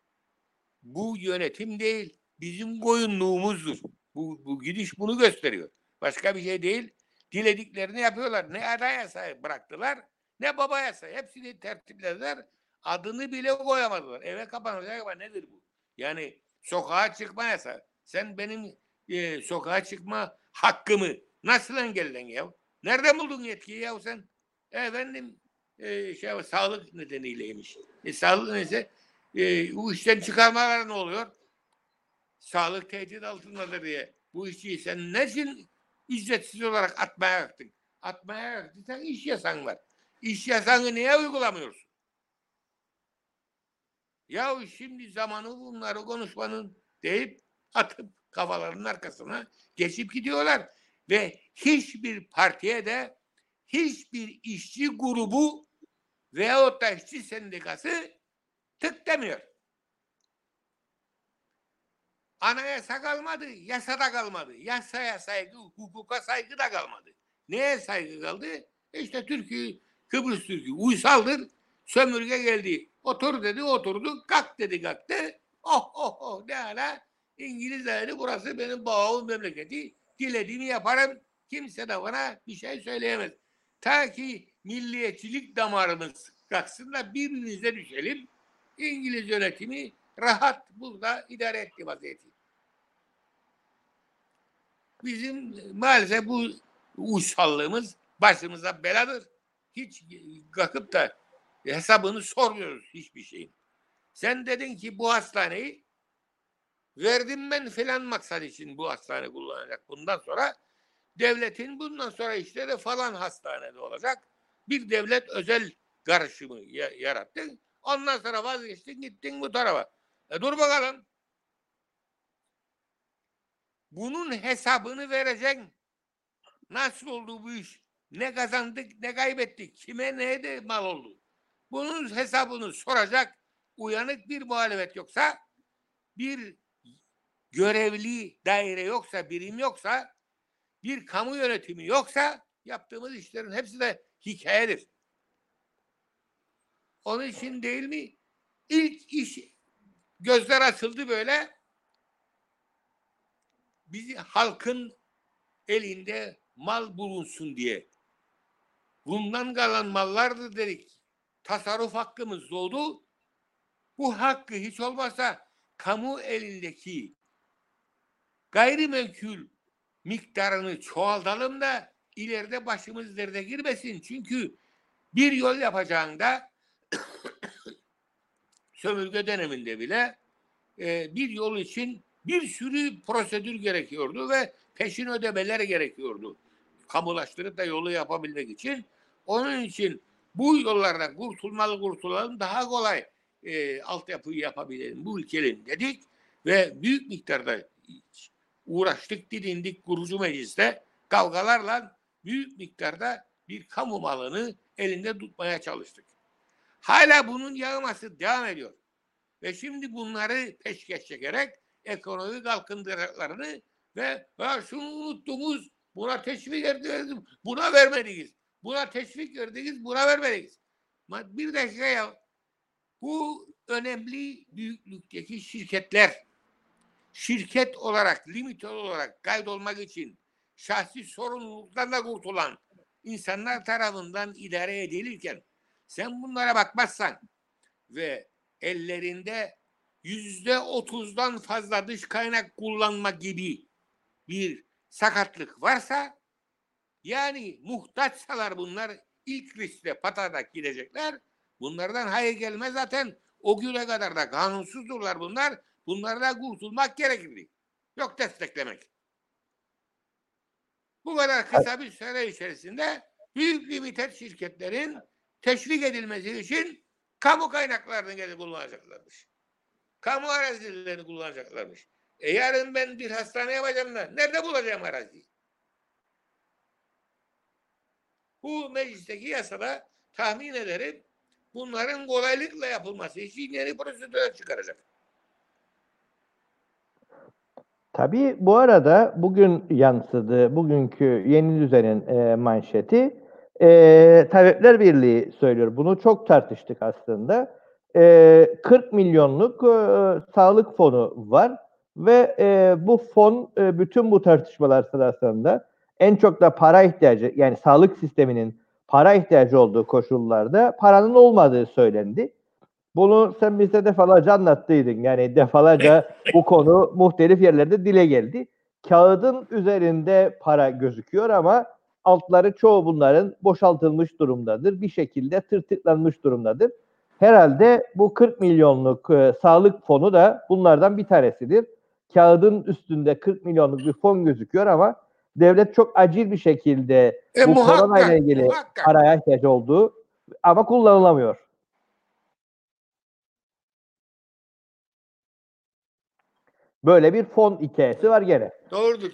[SPEAKER 2] bu yönetim değil, bizim koyunluğumuzdur. Bu gidiş bunu gösteriyor. Başka bir şey değil. Dilediklerini yapıyorlar. Ne anayasa bıraktılar, ne baba yasa. Hepsini tertiplediler. Adını bile koyamadılar. Eve kapanacak ama nedir bu? Yani sokağa çıkma yasa. Sen benim sokağa çıkma hakkımı nasıl engelledin ya? Nereden buldun yetkiyi ya sen? Efendim sağlık nedeniyleymiş. Sağlık neyse bu işten çıkarmalar ne oluyor? Sağlık tehdit altındadır diye. Bu işi sen ne için ücretsiz olarak atmaya kalktın? Atmaya kalktıysan iş yasan var. İş yasanı niye uygulamıyorsun? Ya şimdi zamanı bunları konuşmanın deyip atıp kafalarının arkasına geçip gidiyorlar. Ve hiçbir partiye de hiçbir işçi grubu veyahut da işçi sendikası tık demiyor. Anayasa kalmadı, yasada kalmadı. Yasaya saygı, hukuka saygı da kalmadı. Neye saygı kaldı? İşte Türkiye, Kıbrıs Türkiye uysaldır. Sömürge geldi. Otur dedi, oturdu. Kalk dedi, kalktı. Oh oh oh ne hala İngiliz dedi, burası benim babamın memleketi. Dilediğimi yaparım. Kimse de bana bir şey söyleyemez. Ta ki milliyetçilik damarımız kalksın da birbirimize düşelim. İngiliz yönetimi rahat burada idare etti vaziyeti. Bizim maalesef bu uysallığımız başımıza beladır. Hiç kalkıp da hesabını sormuyoruz hiçbir şeyin. Sen dedin ki bu hastaneyi verdim ben filan maksat için bu hastane kullanacak. Bundan sonra devletin bundan sonra işleri falan hastanede olacak. Bir devlet özel karışımı yarattın. Ondan sonra vazgeçtin gittin bu tarafa. Dur bakalım. Bunun hesabını vereceksin. Nasıl oldu bu iş? Ne kazandık, ne kaybettik? Kime neye de mal oldu? Bunun hesabını soracak uyanık bir muhalefet yoksa, bir görevli daire yoksa, birim yoksa, bir kamu yönetimi yoksa yaptığımız işlerin hepsi de hikayedir. Onun için değil mi? İlk iş gözler açıldı böyle. Bizi halkın elinde mal bulunsun diye. Bundan kalan mallardır dedik. Tasarruf hakkımız doğdu. Bu hakkı hiç olmazsa kamu elindeki gayrimenkul miktarını çoğaltalım da ileride başımız derde girmesin. Çünkü bir yol yapacağında sömürge döneminde bile bir yol için bir sürü prosedür gerekiyordu ve peşin ödemeler gerekiyordu. Kamulaştırıp da yolu yapabilmek için. Onun için bu yollardan kurtulalım daha kolay altyapıyı yapabilelim bu ülkenin dedik ve büyük miktarda uğraştık, didindik kurucu mecliste kavgalarla büyük miktarda bir kamu malını elinde tutmaya çalıştık. Hala bunun yağması devam ediyor. Ve şimdi bunları peşkeş çekerek ekonomi kalkındıracaklarını ve şunu unuttunuz, buna teşvik verdiniz, buna vermediniz. Buna teşvik verdiniz, buna vermediniz. Bir dakika ya, bu önemli büyüklükteki şirketler, şirket olarak, limit olarak kaydolmak için şahsi sorumluluktan da kurtulan insanlar tarafından idare edilirken sen bunlara bakmazsan ve ellerinde %30'dan fazla dış kaynak kullanma gibi bir sakatlık varsa, yani muhtaçsalar bunlar ilk riskle patadak gidecekler. Bunlardan hayır gelmez zaten. O güne kadar da kanunsuzdurlar bunlar. Bunlardan kurtulmak gerekir. Yok desteklemek. Bu kadar kısa bir süre içerisinde büyük limited şirketlerin teşvik edilmesi için kamu kaynaklarını kullanacaklarmış. Kamu arazilerini kullanacaklarmış. Yarın ben bir hastane yapacağım da nerede bulacağım araziyi? Bu meclisteki yasada tahmin ederim bunların kolaylıkla yapılması için yeni prosedürler çıkaracak.
[SPEAKER 1] Tabii bu arada bugün yansıdı, bugünkü Yeni Düzen'in manşeti Tabipler Birliği söylüyor. Bunu çok tartıştık aslında. 40 milyonluk sağlık fonu var ve bu fon bütün bu tartışmalar sırasında en çok da para ihtiyacı, yani sağlık sisteminin para ihtiyacı olduğu koşullarda paranın olmadığı söylendi. Bunu sen bize defalarca anlattıydın. Yani defalarca bu konu muhtelif yerlerde dile geldi. Kağıdın üzerinde para gözüküyor ama altları çoğu bunların boşaltılmış durumdadır. Bir şekilde tırtıklanmış durumdadır. Herhalde bu 40 milyonluk sağlık fonu da bunlardan bir tanesidir. Kağıdın üstünde 40 milyonluk bir fon gözüküyor ama devlet çok acil bir şekilde bu koronayla ilgili paraya ihtiyacı olduğu ama kullanılamıyor. Böyle bir fon hikayesi var gene.
[SPEAKER 2] Doğrudur.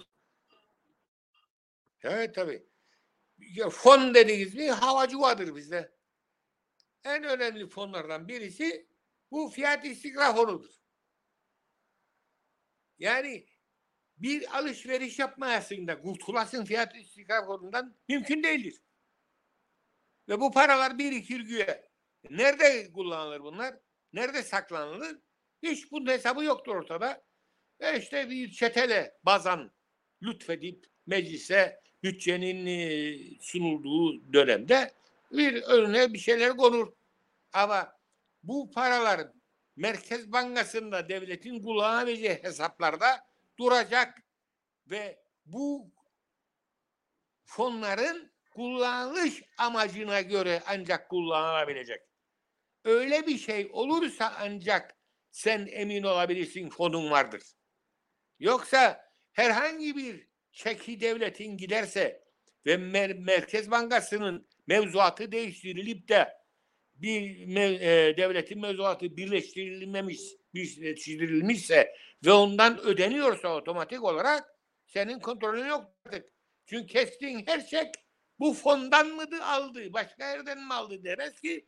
[SPEAKER 2] Evet tabii. Ya, fon dediğimiz bir havacı vardır bizde. En önemli fonlardan birisi bu fiyat istikrar fonudur. Yani bir alışveriş yapmayasın da kurtulasın fiyat istikrar fonundan mümkün değildir. Ve bu paralar birikir güya. Nerede kullanılır bunlar? Nerede saklanılır? Hiç bunun hesabı yoktur ortada. İşte bir çetele bazan lütfedip meclise bütçenin sunulduğu dönemde bir önüne bir şeyler konur. Ama bu paralar Merkez Bankası'nda devletin kullanabileceği hesaplarda duracak ve bu fonların kullanılış amacına göre ancak kullanılabilecek. Öyle bir şey olursa ancak sen emin olabilirsin fonun vardır. Yoksa herhangi bir çeki devletin giderse ve Merkez Bankası'nın mevzuatı değiştirilip de bir devletin mevzuatı birleştirilmişse ve ondan ödeniyorsa otomatik olarak senin kontrolün yok artık. Çünkü kestiğin her çek bu fondan mı aldı, başka yerden mi aldı deriz ki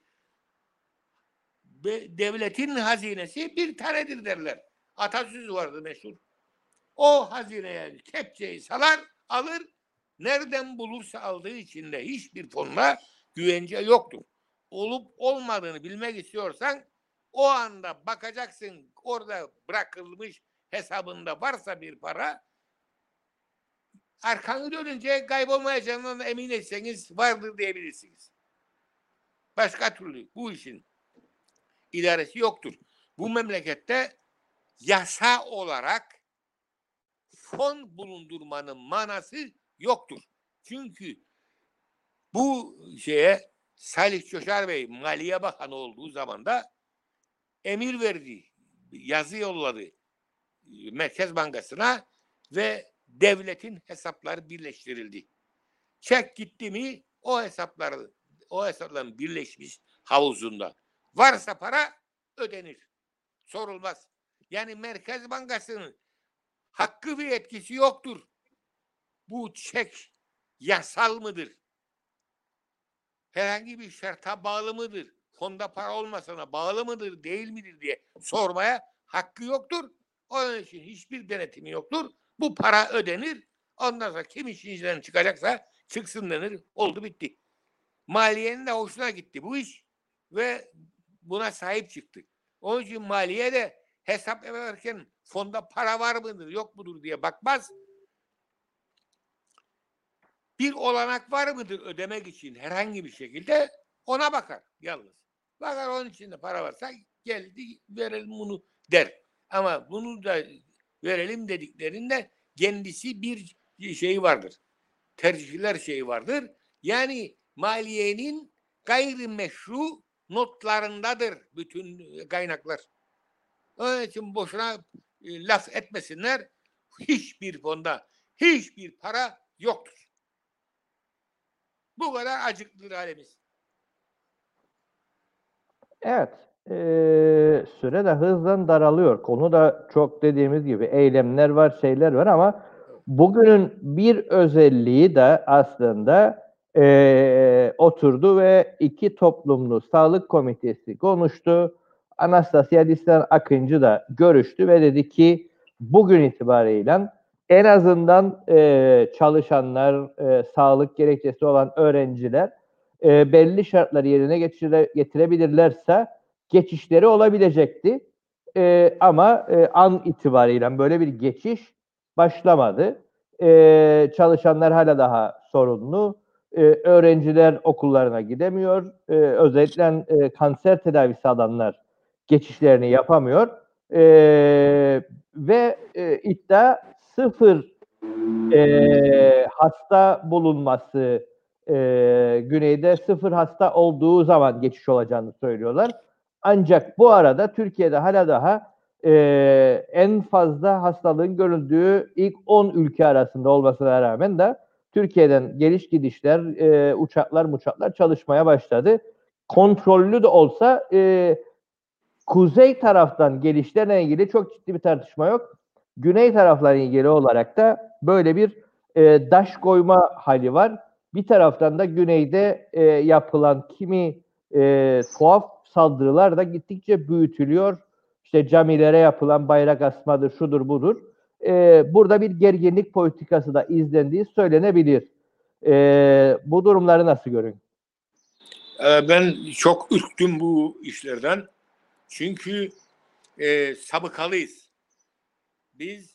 [SPEAKER 2] devletin hazinesi bir tanedir derler. Atasözü vardı meşhur. O hazineye kepçeyi salar, alır, nereden bulursa aldığı içinde hiçbir fonla güvence yoktur. Olup olmadığını bilmek istiyorsan o anda bakacaksın, orada bırakılmış hesabında varsa bir para, arkanı dönünce kaybolmayacağından emin etseniz vardır diyebilirsiniz. Başka türlü bu işin idaresi yoktur. Bu memlekette yasa olarak fon bulundurmanın manası yoktur. Çünkü bu şeye Salih Çoşar Bey Maliye Bakanı olduğu zaman da emir verdi, yazı yolladı Merkez Bankası'na ve devletin hesapları birleştirildi. Çek gitti mi o hesapların birleşmiş havuzunda varsa para ödenir. Sorulmaz. Yani Merkez Bankası'nın hakkı ve etkisi yoktur. Bu çek yasal mıdır? Herhangi bir şarta bağlı mıdır? Fonda para olmasına bağlı mıdır, değil midir diye sormaya hakkı yoktur. Onun için hiçbir denetimi yoktur. Bu para ödenir. Ondan sonra kim işin içinden çıkacaksa çıksın denir. Oldu bitti. Maliyenin de hoşuna gitti bu iş ve buna sahip çıktı. Onun için maliye de hesap yaparken fonda para var mıdır, yok mudur diye bakmaz. Bir olanak var mıdır ödemek için herhangi bir şekilde ona bakar yalnız. Bakar onun içinde para varsa geldi verelim bunu der. Ama bunu da verelim dediklerinde kendisi bir şey vardır. Tercihler şeyi vardır. Yani maliyenin gayrimeşru notlarındadır bütün kaynaklar. Onun için boşuna laf etmesinler. Hiçbir fonda hiçbir para yoktur. Bu kadar acıklıdır halimiz.
[SPEAKER 1] Evet. Süre de hızla daralıyor. Konu da çok dediğimiz gibi eylemler var, şeyler var ama bugünün bir özelliği de aslında oturdu ve iki toplumlu sağlık komitesi konuştu. Anastasia Distan Akıncı da görüştü ve dedi ki bugün itibariyle en azından çalışanlar, sağlık gerekçesi olan öğrenciler belli şartları yerine getirebilirlerse geçişleri olabilecekti. Ama an itibariyle böyle bir geçiş başlamadı. Çalışanlar hala daha sorunlu. Öğrenciler okullarına gidemiyor. Özellikle kanser tedavisi alanlar geçişlerini yapamıyor. Ve iddia sıfır hasta bulunması, güneyde sıfır hasta olduğu zaman geçiş olacağını söylüyorlar. Ancak bu arada Türkiye'de hala daha en fazla hastalığın görüldüğü ilk 10 ülke arasında olmasına rağmen de Türkiye'den geliş gidişler, uçaklar çalışmaya başladı. Kontrollü de olsa kuzey taraftan gelişlerle ilgili çok ciddi bir tartışma yok. Güney tarafla ilgili olarak da böyle bir daş koyma hali var. Bir taraftan da güneyde yapılan kimi tuhaf saldırılar da gittikçe büyütülüyor. İşte camilere yapılan bayrak asmadır, şudur budur. Burada bir gerginlik politikası da izlendiği söylenebilir. Bu durumları nasıl görün?
[SPEAKER 2] Ben çok ürktüm bu işlerden. Çünkü sabıkalıyız. Biz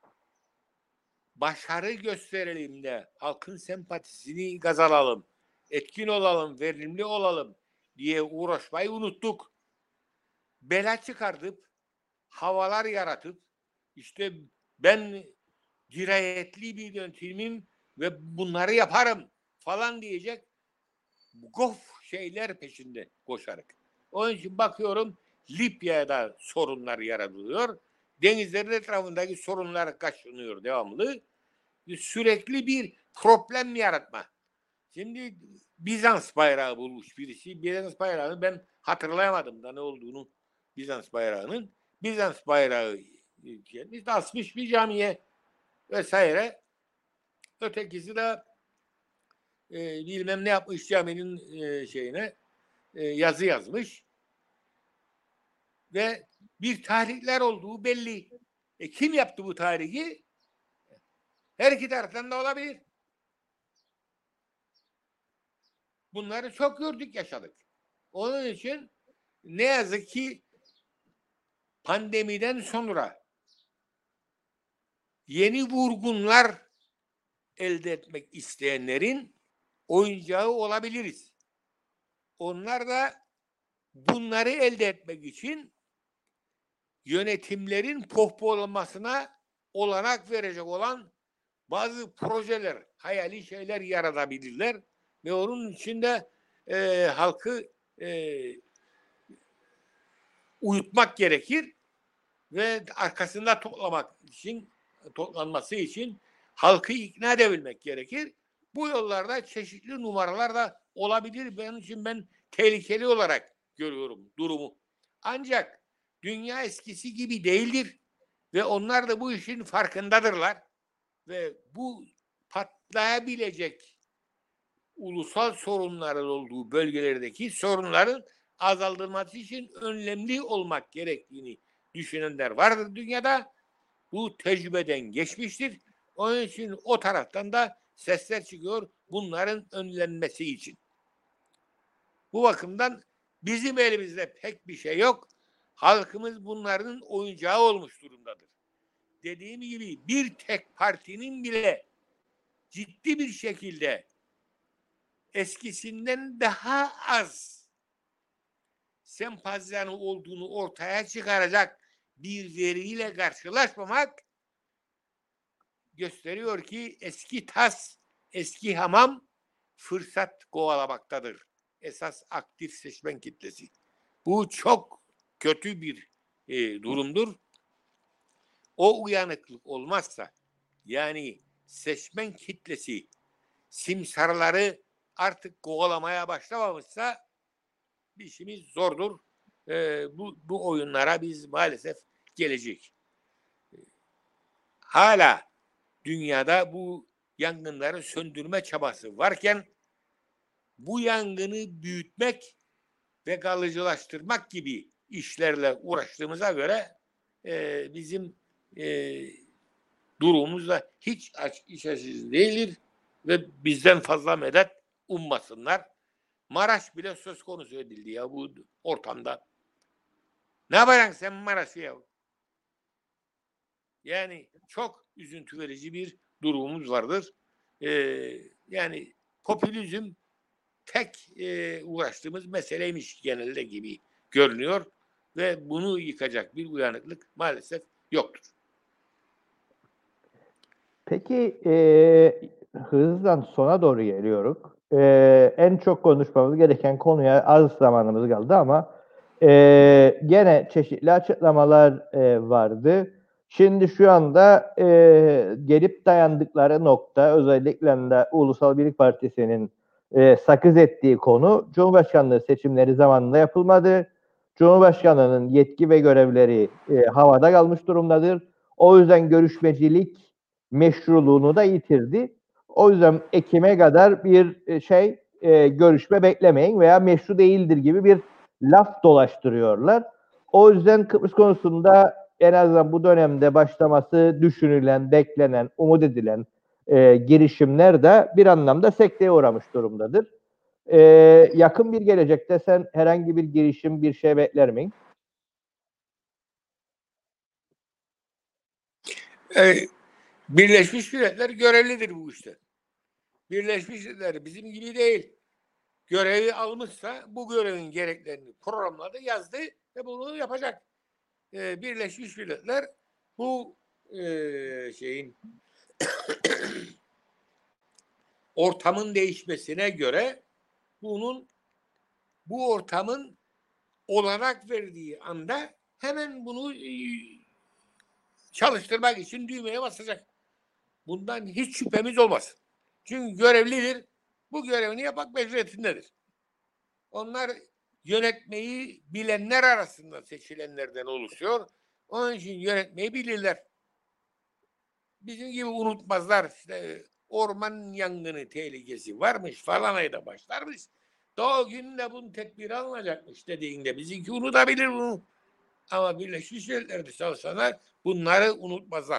[SPEAKER 2] başarı gösterelim de halkın sempatisini kazanalım, etkin olalım, verimli olalım diye uğraşmayı unuttuk. Bela çıkartıp, havalar yaratıp, işte ben dirayetli bir yöntemim ve bunları yaparım falan diyecek gof şeyler peşinde koşarak. Onun için bakıyorum Libya'da sorunlar yaratılıyor. Denizlerin etrafındaki sorunlar kaşınıyor devamlı. Sürekli bir problem yaratma. Şimdi Bizans bayrağı bulmuş birisi. Bizans bayrağını ben hatırlayamadım da ne olduğunu Bizans bayrağının. Bizans bayrağı işte asmış bir camiye vesaire. Ötekisi de bilmem ne yapmış caminin şeyine yazı yazmış ve bir tarihler olduğu belli. Kim yaptı bu tarihi? Her iki taraftan da olabilir. Bunları çok gördük, yaşadık. Onun için ne yazık ki pandemiden sonra yeni vurgunlar elde etmek isteyenlerin oyuncağı olabiliriz. Onlar da bunları elde etmek için yönetimlerin pohpohlamasına olanak verecek olan bazı projeler, hayali şeyler yaratabilirler ve onun içinde halkı uyutmak gerekir ve arkasında toplanması için halkı ikna edebilmek gerekir. Bu yollarda çeşitli numaralar da olabilir. Benim için ben tehlikeli olarak görüyorum durumu. Ancak dünya eskisi gibi değildir ve onlar da bu işin farkındadırlar ve bu patlayabilecek ulusal sorunların olduğu bölgelerdeki sorunların azaldırılması için önlemli olmak gerektiğini düşünenler vardır dünyada. Bu tecrübeden geçmiştir. Onun için o taraftan da sesler çıkıyor bunların önlenmesi için. Bu bakımdan bizim elimizde pek bir şey yok. Halkımız bunların oyuncağı olmuş durumdadır. Dediğim gibi bir tek partinin bile ciddi bir şekilde eskisinden daha az sempatizanı olduğunu ortaya çıkaracak bir veriyle karşılaşmamak gösteriyor ki eski tas, eski hamam fırsat kovalamaktadır. Esas aktif seçmen kitlesi. Bu çok kötü bir durumdur. O uyanıklık olmazsa, yani seçmen kitlesi simsarları artık kovalamaya başlamamışsa işimiz zordur. Bu oyunlara biz maalesef gelecek. Hala dünyada bu yangınları söndürme çabası varken bu yangını büyütmek ve kalıcılaştırmak gibi işlerle uğraştığımıza göre bizim durumumuz da hiç iç açıcı değildir ve bizden fazla medet ummasınlar. Maraş bile söz konusu edildi ya bu ortamda. Ne yapacaksın sen Maraş'ı ya? Yani çok üzüntü verici bir durumumuz vardır. Yani popülizm tek uğraştığımız meseleymiş genelde gibi görünüyor ve bunu yıkacak bir uyanıklık maalesef yoktur.
[SPEAKER 1] Peki hızla sona doğru geliyoruz. En çok konuşmamız gereken konuya az zamanımız kaldı ama gene çeşitli açıklamalar vardı. Şimdi şu anda gelip dayandıkları nokta özellikle de Ulusal Birlik Partisi'nin sakız ettiği konu Cumhurbaşkanlığı seçimleri zamanında yapılmadı. Cumhurbaşkanının yetki ve görevleri havada kalmış durumdadır. O yüzden görüşmecilik meşruluğunu da yitirdi. O yüzden Ekim'e kadar bir görüşme beklemeyin veya meşru değildir gibi bir laf dolaştırıyorlar. O yüzden Kıbrıs konusunda en azından bu dönemde başlaması düşünülen, beklenen, umut edilen girişimler de bir anlamda sekteye uğramış durumdadır. Yakın bir gelecekte sen herhangi bir girişim, bir şey bekler misin?
[SPEAKER 2] Birleşmiş Milletler görevlidir bu işte. Birleşmiş Milletler bizim gibi değil. Görevi almışsa bu görevin gereklerini programladı, yazdı ve bunu yapacak. Birleşmiş Milletler bu şeyin ortamın değişmesine göre bu ortamın olanak verdiği anda hemen bunu çalıştırmak için düğmeye basacak. Bundan hiç şüphemiz olmaz. Çünkü görevlidir. Bu görevini yapmak mecburiyetindedir. Onlar yönetmeyi bilenler arasında seçilenlerden oluşuyor. Onun için yönetmeyi bilirler. Bizim gibi unutmazlar. İşte orman yangını tehlikesi varmış falan ayda başlarmış. Daha o gün de bunun tedbiri alınacakmış dediğinde bizimki unutabilir bunu. Ama Birleşmiş Milletler'de çalışanlar bunları unutmazlar.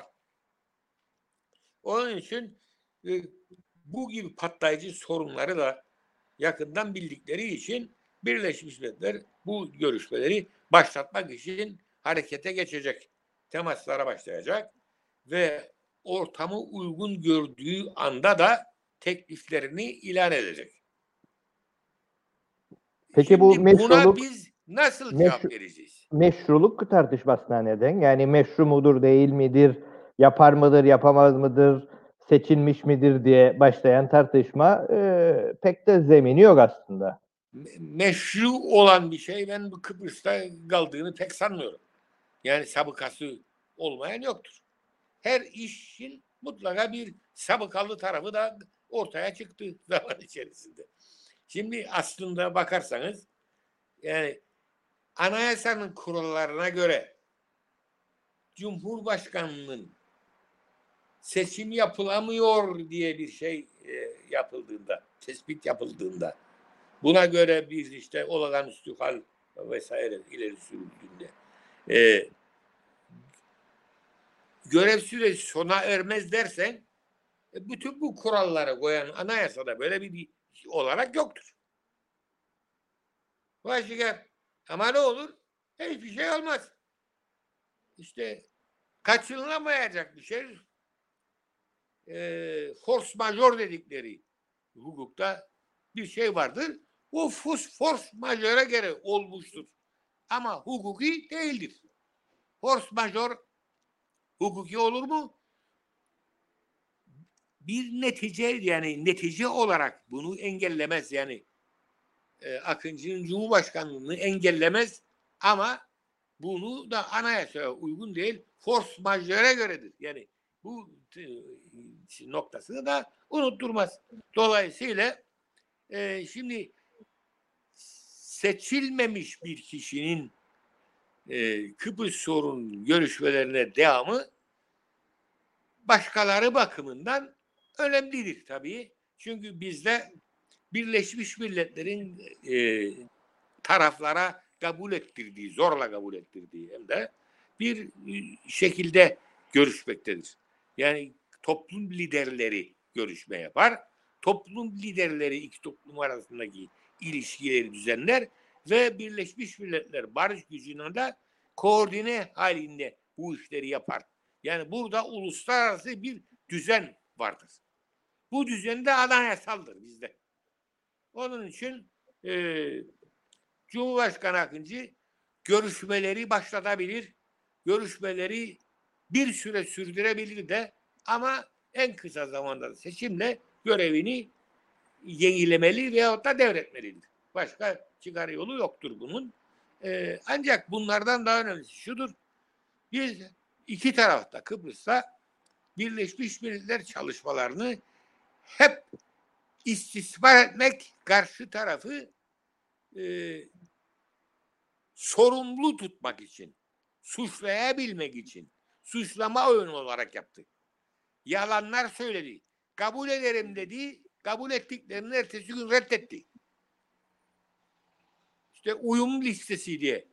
[SPEAKER 2] Onun için bu gibi patlayıcı sorunları da yakından bildikleri için Birleşmiş Milletler bu görüşmeleri başlatmak için harekete geçecek. Temaslara başlayacak ve ortamı uygun gördüğü anda da tekliflerini ilan edecek.
[SPEAKER 1] Peki
[SPEAKER 2] şimdi
[SPEAKER 1] bu
[SPEAKER 2] buna
[SPEAKER 1] meşruluk
[SPEAKER 2] biz Nasıl
[SPEAKER 1] Meşru,
[SPEAKER 2] cevap vereceğiz?
[SPEAKER 1] meşruluk tartışmasına neden? Yani meşru mudur, değil midir, yapar mıdır, yapamaz mıdır, seçilmiş midir diye başlayan tartışma pek de zemini yok aslında.
[SPEAKER 2] Meşru olan bir şey ben bu Kıbrıs'ta kaldığını pek sanmıyorum. Yani sabıkası olmayan yoktur. Her işin mutlaka bir sabıkalı tarafı da ortaya çıktı zaman içerisinde. Şimdi aslında bakarsanız yani anayasanın kurallarına göre Cumhurbaşkanının seçim yapılamıyor diye bir şey yapıldığında, tespit yapıldığında, buna göre bir işte olağanüstü hal vesaire ileri sürüldüğünde görev süresi sona ermez dersen bütün bu kurallara koyan anayasada böyle bir olarak yoktur. Başka ama ne olur? Hiçbir şey olmaz. İşte kaçınılamayacak bir şey force majeure dedikleri hukukta bir şey vardır. O force majeure'a göre olmuştur. Ama hukuki değildir. Force majeure hukuki olur mu? Bir netice yani netice olarak bunu engellemez yani Akıncı'nın Cumhurbaşkanlığını engellemez ama bunu da anayasaya uygun değil force majeure'e göredir. Yani bu noktasını da unutturmaz. Dolayısıyla şimdi seçilmemiş bir kişinin Kıbrıs sorunun görüşmelerine devamı başkaları bakımından önemlidir tabii. Çünkü bizde Birleşmiş Milletler'in taraflara kabul ettirdiği, zorla kabul ettirdiği hem de bir şekilde görüşmektedir. Yani toplum liderleri görüşme yapar. Toplum liderleri iki toplum arasındaki ilişkileri düzenler ve Birleşmiş Milletler barış gücüne de koordine halinde bu işleri yapar. Yani burada uluslararası bir düzen vardır. Bu düzen de anayasaldır bizde. Onun için Cumhurbaşkanı Akıncı görüşmeleri başlatabilir, görüşmeleri bir süre sürdürebilir de ama en kısa zamanda seçimle görevini yenilemeli veyahut da devretmelidir. Başka çıkar yolu yoktur bunun. Ancak bunlardan daha önemlisi şudur. Biz iki tarafta Kıbrıs'ta Birleşmiş Milletler çalışmalarını hep istismar etmek, karşı tarafı sorumlu tutmak için, suçlayabilmek için, suçlama oyunu olarak yaptı. Yalanlar söyledi. Kabul ederim dedi, kabul ettiklerini ertesi gün reddetti. İşte uyum listesi diye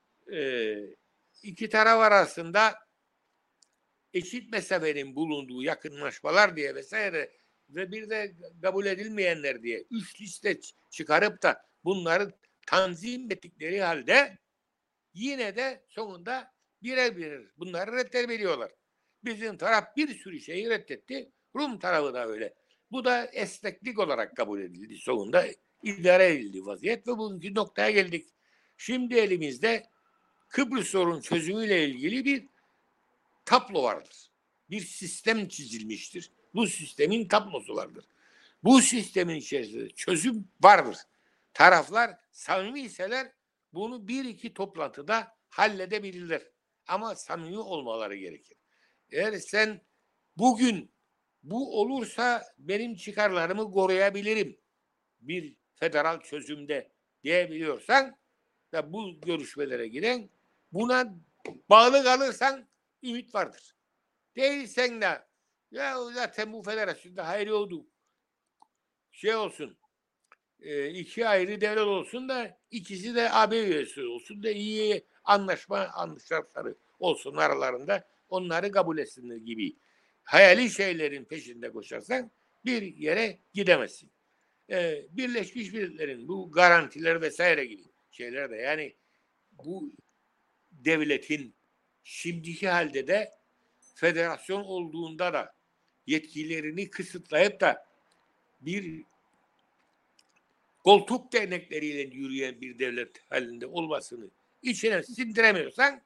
[SPEAKER 2] iki taraf arasında eşit mesafenin bulunduğu yakınlaşmalar diye vesaire ve bir de kabul edilmeyenler diye 3 liste çıkarıp da bunları tanzim ettikleri halde yine de sonunda birer birer bunları reddediyorlar. Bizim taraf bir sürü şeyi reddetti. Rum tarafı da öyle. Bu da esneklik olarak kabul edildi. Sonunda idare edildi vaziyet ve bugünkü noktaya geldik. Şimdi elimizde Kıbrıs sorun çözümüyle ilgili bir tablo vardır. Bir sistem çizilmiştir. Bu sistemin tablosu vardır. Bu sistemin içerisinde çözüm vardır. Taraflar samimi iseler bunu bir iki toplantıda halledebilirler. Ama samimi olmaları gerekir. Eğer sen bugün bu olursa benim çıkarlarımı koruyabilirim bir federal çözümde diyebiliyorsan ve bu görüşmelere giren buna bağlı kalırsan ümit vardır. Değilsen de ya zaten bu federasyonda hayır oldu. Şey olsun iki ayrı devlet olsun da ikisi de AB üyesi olsun da iyi anlaşmaları olsun aralarında onları kabul etsinler gibi hayali şeylerin peşinde koşarsan bir yere gidemezsin. Birleşmiş Milletler'in bu garantiler vesaire gibi şeyler de yani bu devletin şimdiki halde de federasyon olduğunda da yetkilerini kısıtlayıp da bir koltuk dernekleriyle yürüyen bir devlet halinde olmasını içine sindiremiyorsan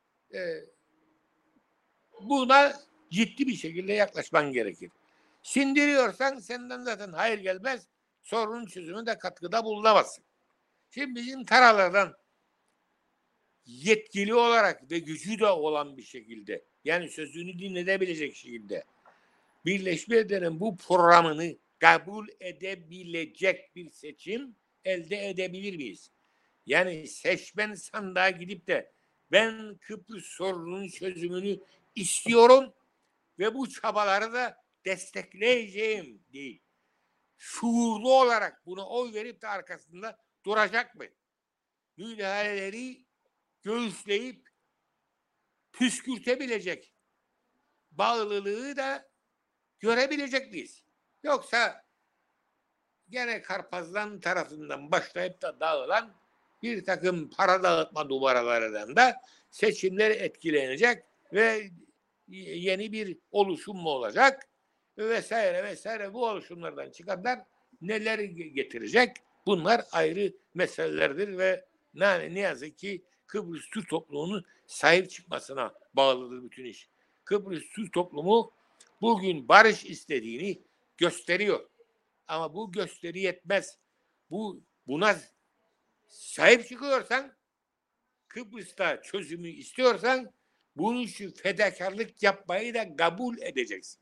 [SPEAKER 2] buna ciddi bir şekilde yaklaşman gerekir. Sindiriyorsan senden zaten hayır gelmez, sorunun çözümünde katkıda bulunamazsın. Şimdi bizim taralardan yetkili olarak ve gücü de olan bir şekilde, yani sözünü dinletebilecek şekilde Birleşmiş Milletler'in bu programını kabul edebilecek bir seçim elde edebilir miyiz? Yani seçmen sandığa gidip de ben Kıbrıs sorununun çözümünü istiyorum ve bu çabaları da destekleyeceğim değil. Şuurlu olarak buna oy verip de arkasında duracak mı? Müdahaleleri göğüsleyip püskürtebilecek bağlılığı da görebilecek miyiz? Yoksa gene Karpazlan tarafından başlayıp da dağılan bir takım para dağıtma numaralarından da seçimler etkilenecek ve yeni bir oluşum mu olacak vesaire vesaire, bu oluşumlardan çıkanlar neler getirecek? Bunlar ayrı meselelerdir ve ne yazık ki Kıbrıs Türk toplumunun sahip çıkmasına bağlıdır bütün iş. Kıbrıs Türk toplumu bugün barış istediğini gösteriyor. Ama bu gösteri yetmez. Buna sahip çıkıyorsan, Kıbrıs'ta çözümü istiyorsan bunun için fedakarlık yapmayı da kabul edeceksin.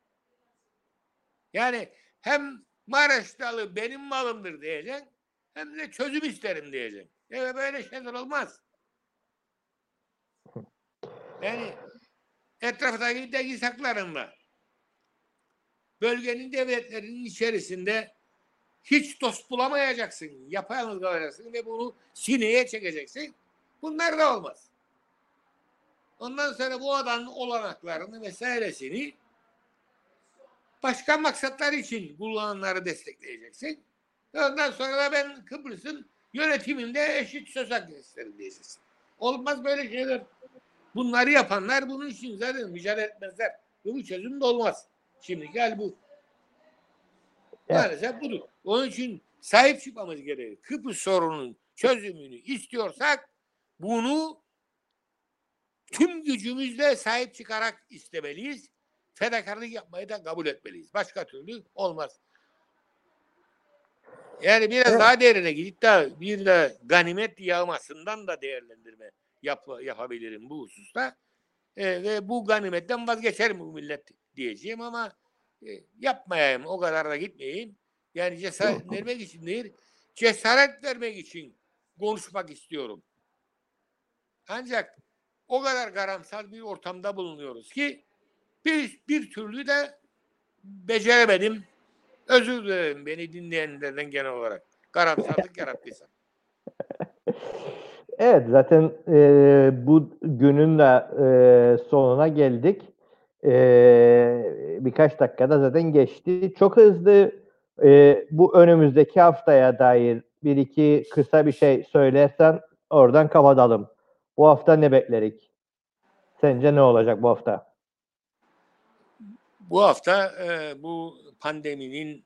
[SPEAKER 2] Yani hem Maraş dalı benim malımdır diyeceksin, hem de çözüm isterim diyeceksin. Evet, böyle şeyler olmaz. Yani etraftaki degi saklarınla bölgenin devletlerinin içerisinde hiç dost bulamayacaksın. Yapayalnız kalacaksın ve bunu sineye çekeceksin. Bunlar da olmaz. Ondan sonra bu adanın olanaklarını vesairesini başka maksatlar için kullananları destekleyeceksin. Ondan sonra da ben Kıbrıs'ın yönetiminde eşit söz hakkı isterim diyeceksin. Olmaz böyle şeyler. Bunları yapanlar bunun için zaten mücadele etmezler. Bu çözüm de olmaz. Şimdi gel bu. Maalesef budur. Onun için sahip çıkmamız gerekir. Kıbrıs sorununun çözümünü istiyorsak bunu tüm gücümüzle sahip çıkarak istemeliyiz. Fedakarlık yapmayı da kabul etmeliyiz. Başka türlü olmaz. Yani biraz daha derine gidip de bir de ganimet yağmasından da değerlendirme yapabilirim bu hususta. Ve bu ganimetten vazgeçerim bu millet diyeceğim ama yapmayayım, o kadar da gitmeyeyim. Yani cesaret vermek için değil, cesaret vermek için konuşmak istiyorum. Ancak o kadar karamsar bir ortamda bulunuyoruz ki bir türlü de beceremedim. Özür dilerim beni dinleyenlerden genel olarak. Karamsarlık yarattıysam.
[SPEAKER 1] Evet, zaten bu günün de sonuna geldik. Birkaç dakikada zaten geçti. Çok hızlı bu önümüzdeki haftaya dair bir iki kısa bir şey söylersen oradan kapatalım. Bu hafta ne beklerik? Sence ne olacak bu hafta?
[SPEAKER 2] Bu hafta bu pandeminin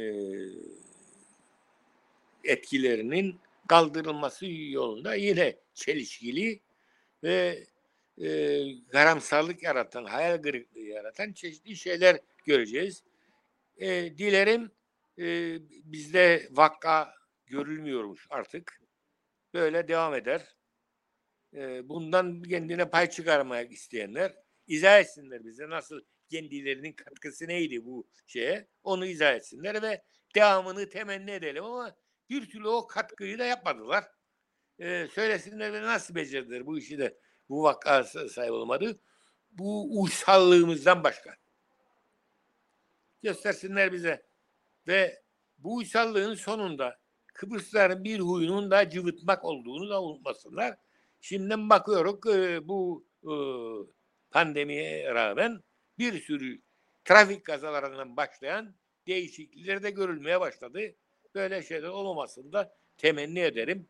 [SPEAKER 2] etkilerinin kaldırılması yolunda yine çelişkili ve karamsarlık yaratan, hayal kırıklığı yaratan çeşitli şeyler göreceğiz. Dilerim bizde vaka görülmüyormuş artık. Böyle devam eder. Bundan kendine pay çıkarmak isteyenler izah etsinler bize, nasıl kendilerinin katkısı neydi bu şeye, onu izah etsinler ve devamını temenni edelim ama bir türlü o katkıyı da yapmadılar. Söylesinler ve nasıl becerdiler bu işi de, bu vaka sahip olmadı. Bu uysallığımızdan başka. Göstersinler bize ve bu uysallığın sonunda Kıbrıslıların bir huyunun da cıvıtmak olduğunu da unutmasınlar. Şimdiden bakıyoruz bu pandemiye rağmen bir sürü trafik kazalarından başlayan değişiklikler de görülmeye başladı. Böyle şeyler olmamasını da temenni ederim.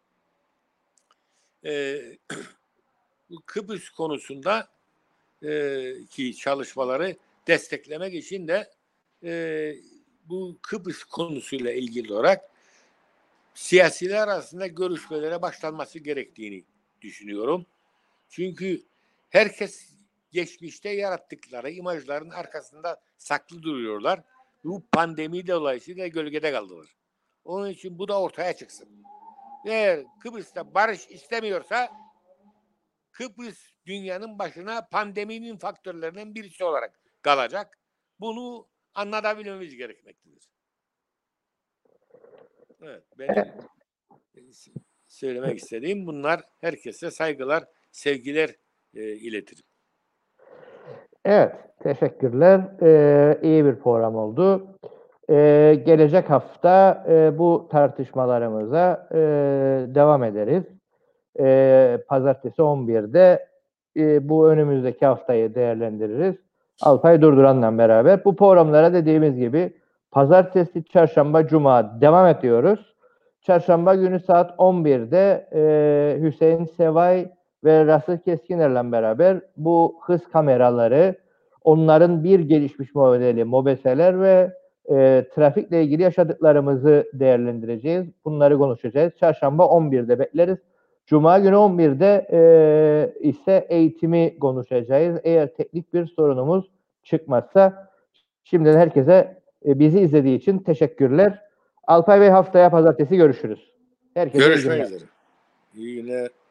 [SPEAKER 2] Bu Kıbrıs konusunda ki çalışmaları desteklemek için de bu Kıbrıs konusuyla ilgili olarak siyasiler arasında görüşmelere başlanması gerektiğini düşünüyorum. Çünkü herkes geçmişte yarattıkları imajların arkasında saklı duruyorlar. Bu pandemi dolayısıyla gölgede kaldılar. Onun için bu da ortaya çıksın. Eğer Kıbrıs'ta barış istemiyorsa Kıbrıs dünyanın başına pandeminin faktörlerinden birisi olarak kalacak. Bunu anlatabilmemiz gerekmektedir. Evet, benim söylemek istediğim bunlar. Herkese saygılar, sevgiler iletirim.
[SPEAKER 1] Evet, teşekkürler. İyi bir program oldu. Gelecek hafta bu tartışmalarımıza devam ederiz. Pazartesi 11'de bu önümüzdeki haftayı değerlendiririz. Alpay Durduran'la beraber. Bu programlara dediğimiz gibi pazartesi, çarşamba, cuma devam ediyoruz. Çarşamba günü saat 11'de Hüseyin Sevay ve Rasıl Keskiner'le beraber bu hız kameraları, onların bir gelişmiş modeli mobeseler ve trafikle ilgili yaşadıklarımızı değerlendireceğiz. Bunları konuşacağız. Çarşamba 11'de bekleriz. Cuma günü 11'de ise eğitimi konuşacağız. Eğer teknik bir sorunumuz çıkmazsa şimdiden herkese bizi izlediği için teşekkürler. Alpay Bey haftaya pazartesi görüşürüz. Herkese iyi
[SPEAKER 2] Görüşmek
[SPEAKER 1] günler.
[SPEAKER 2] üzere. İyi günler.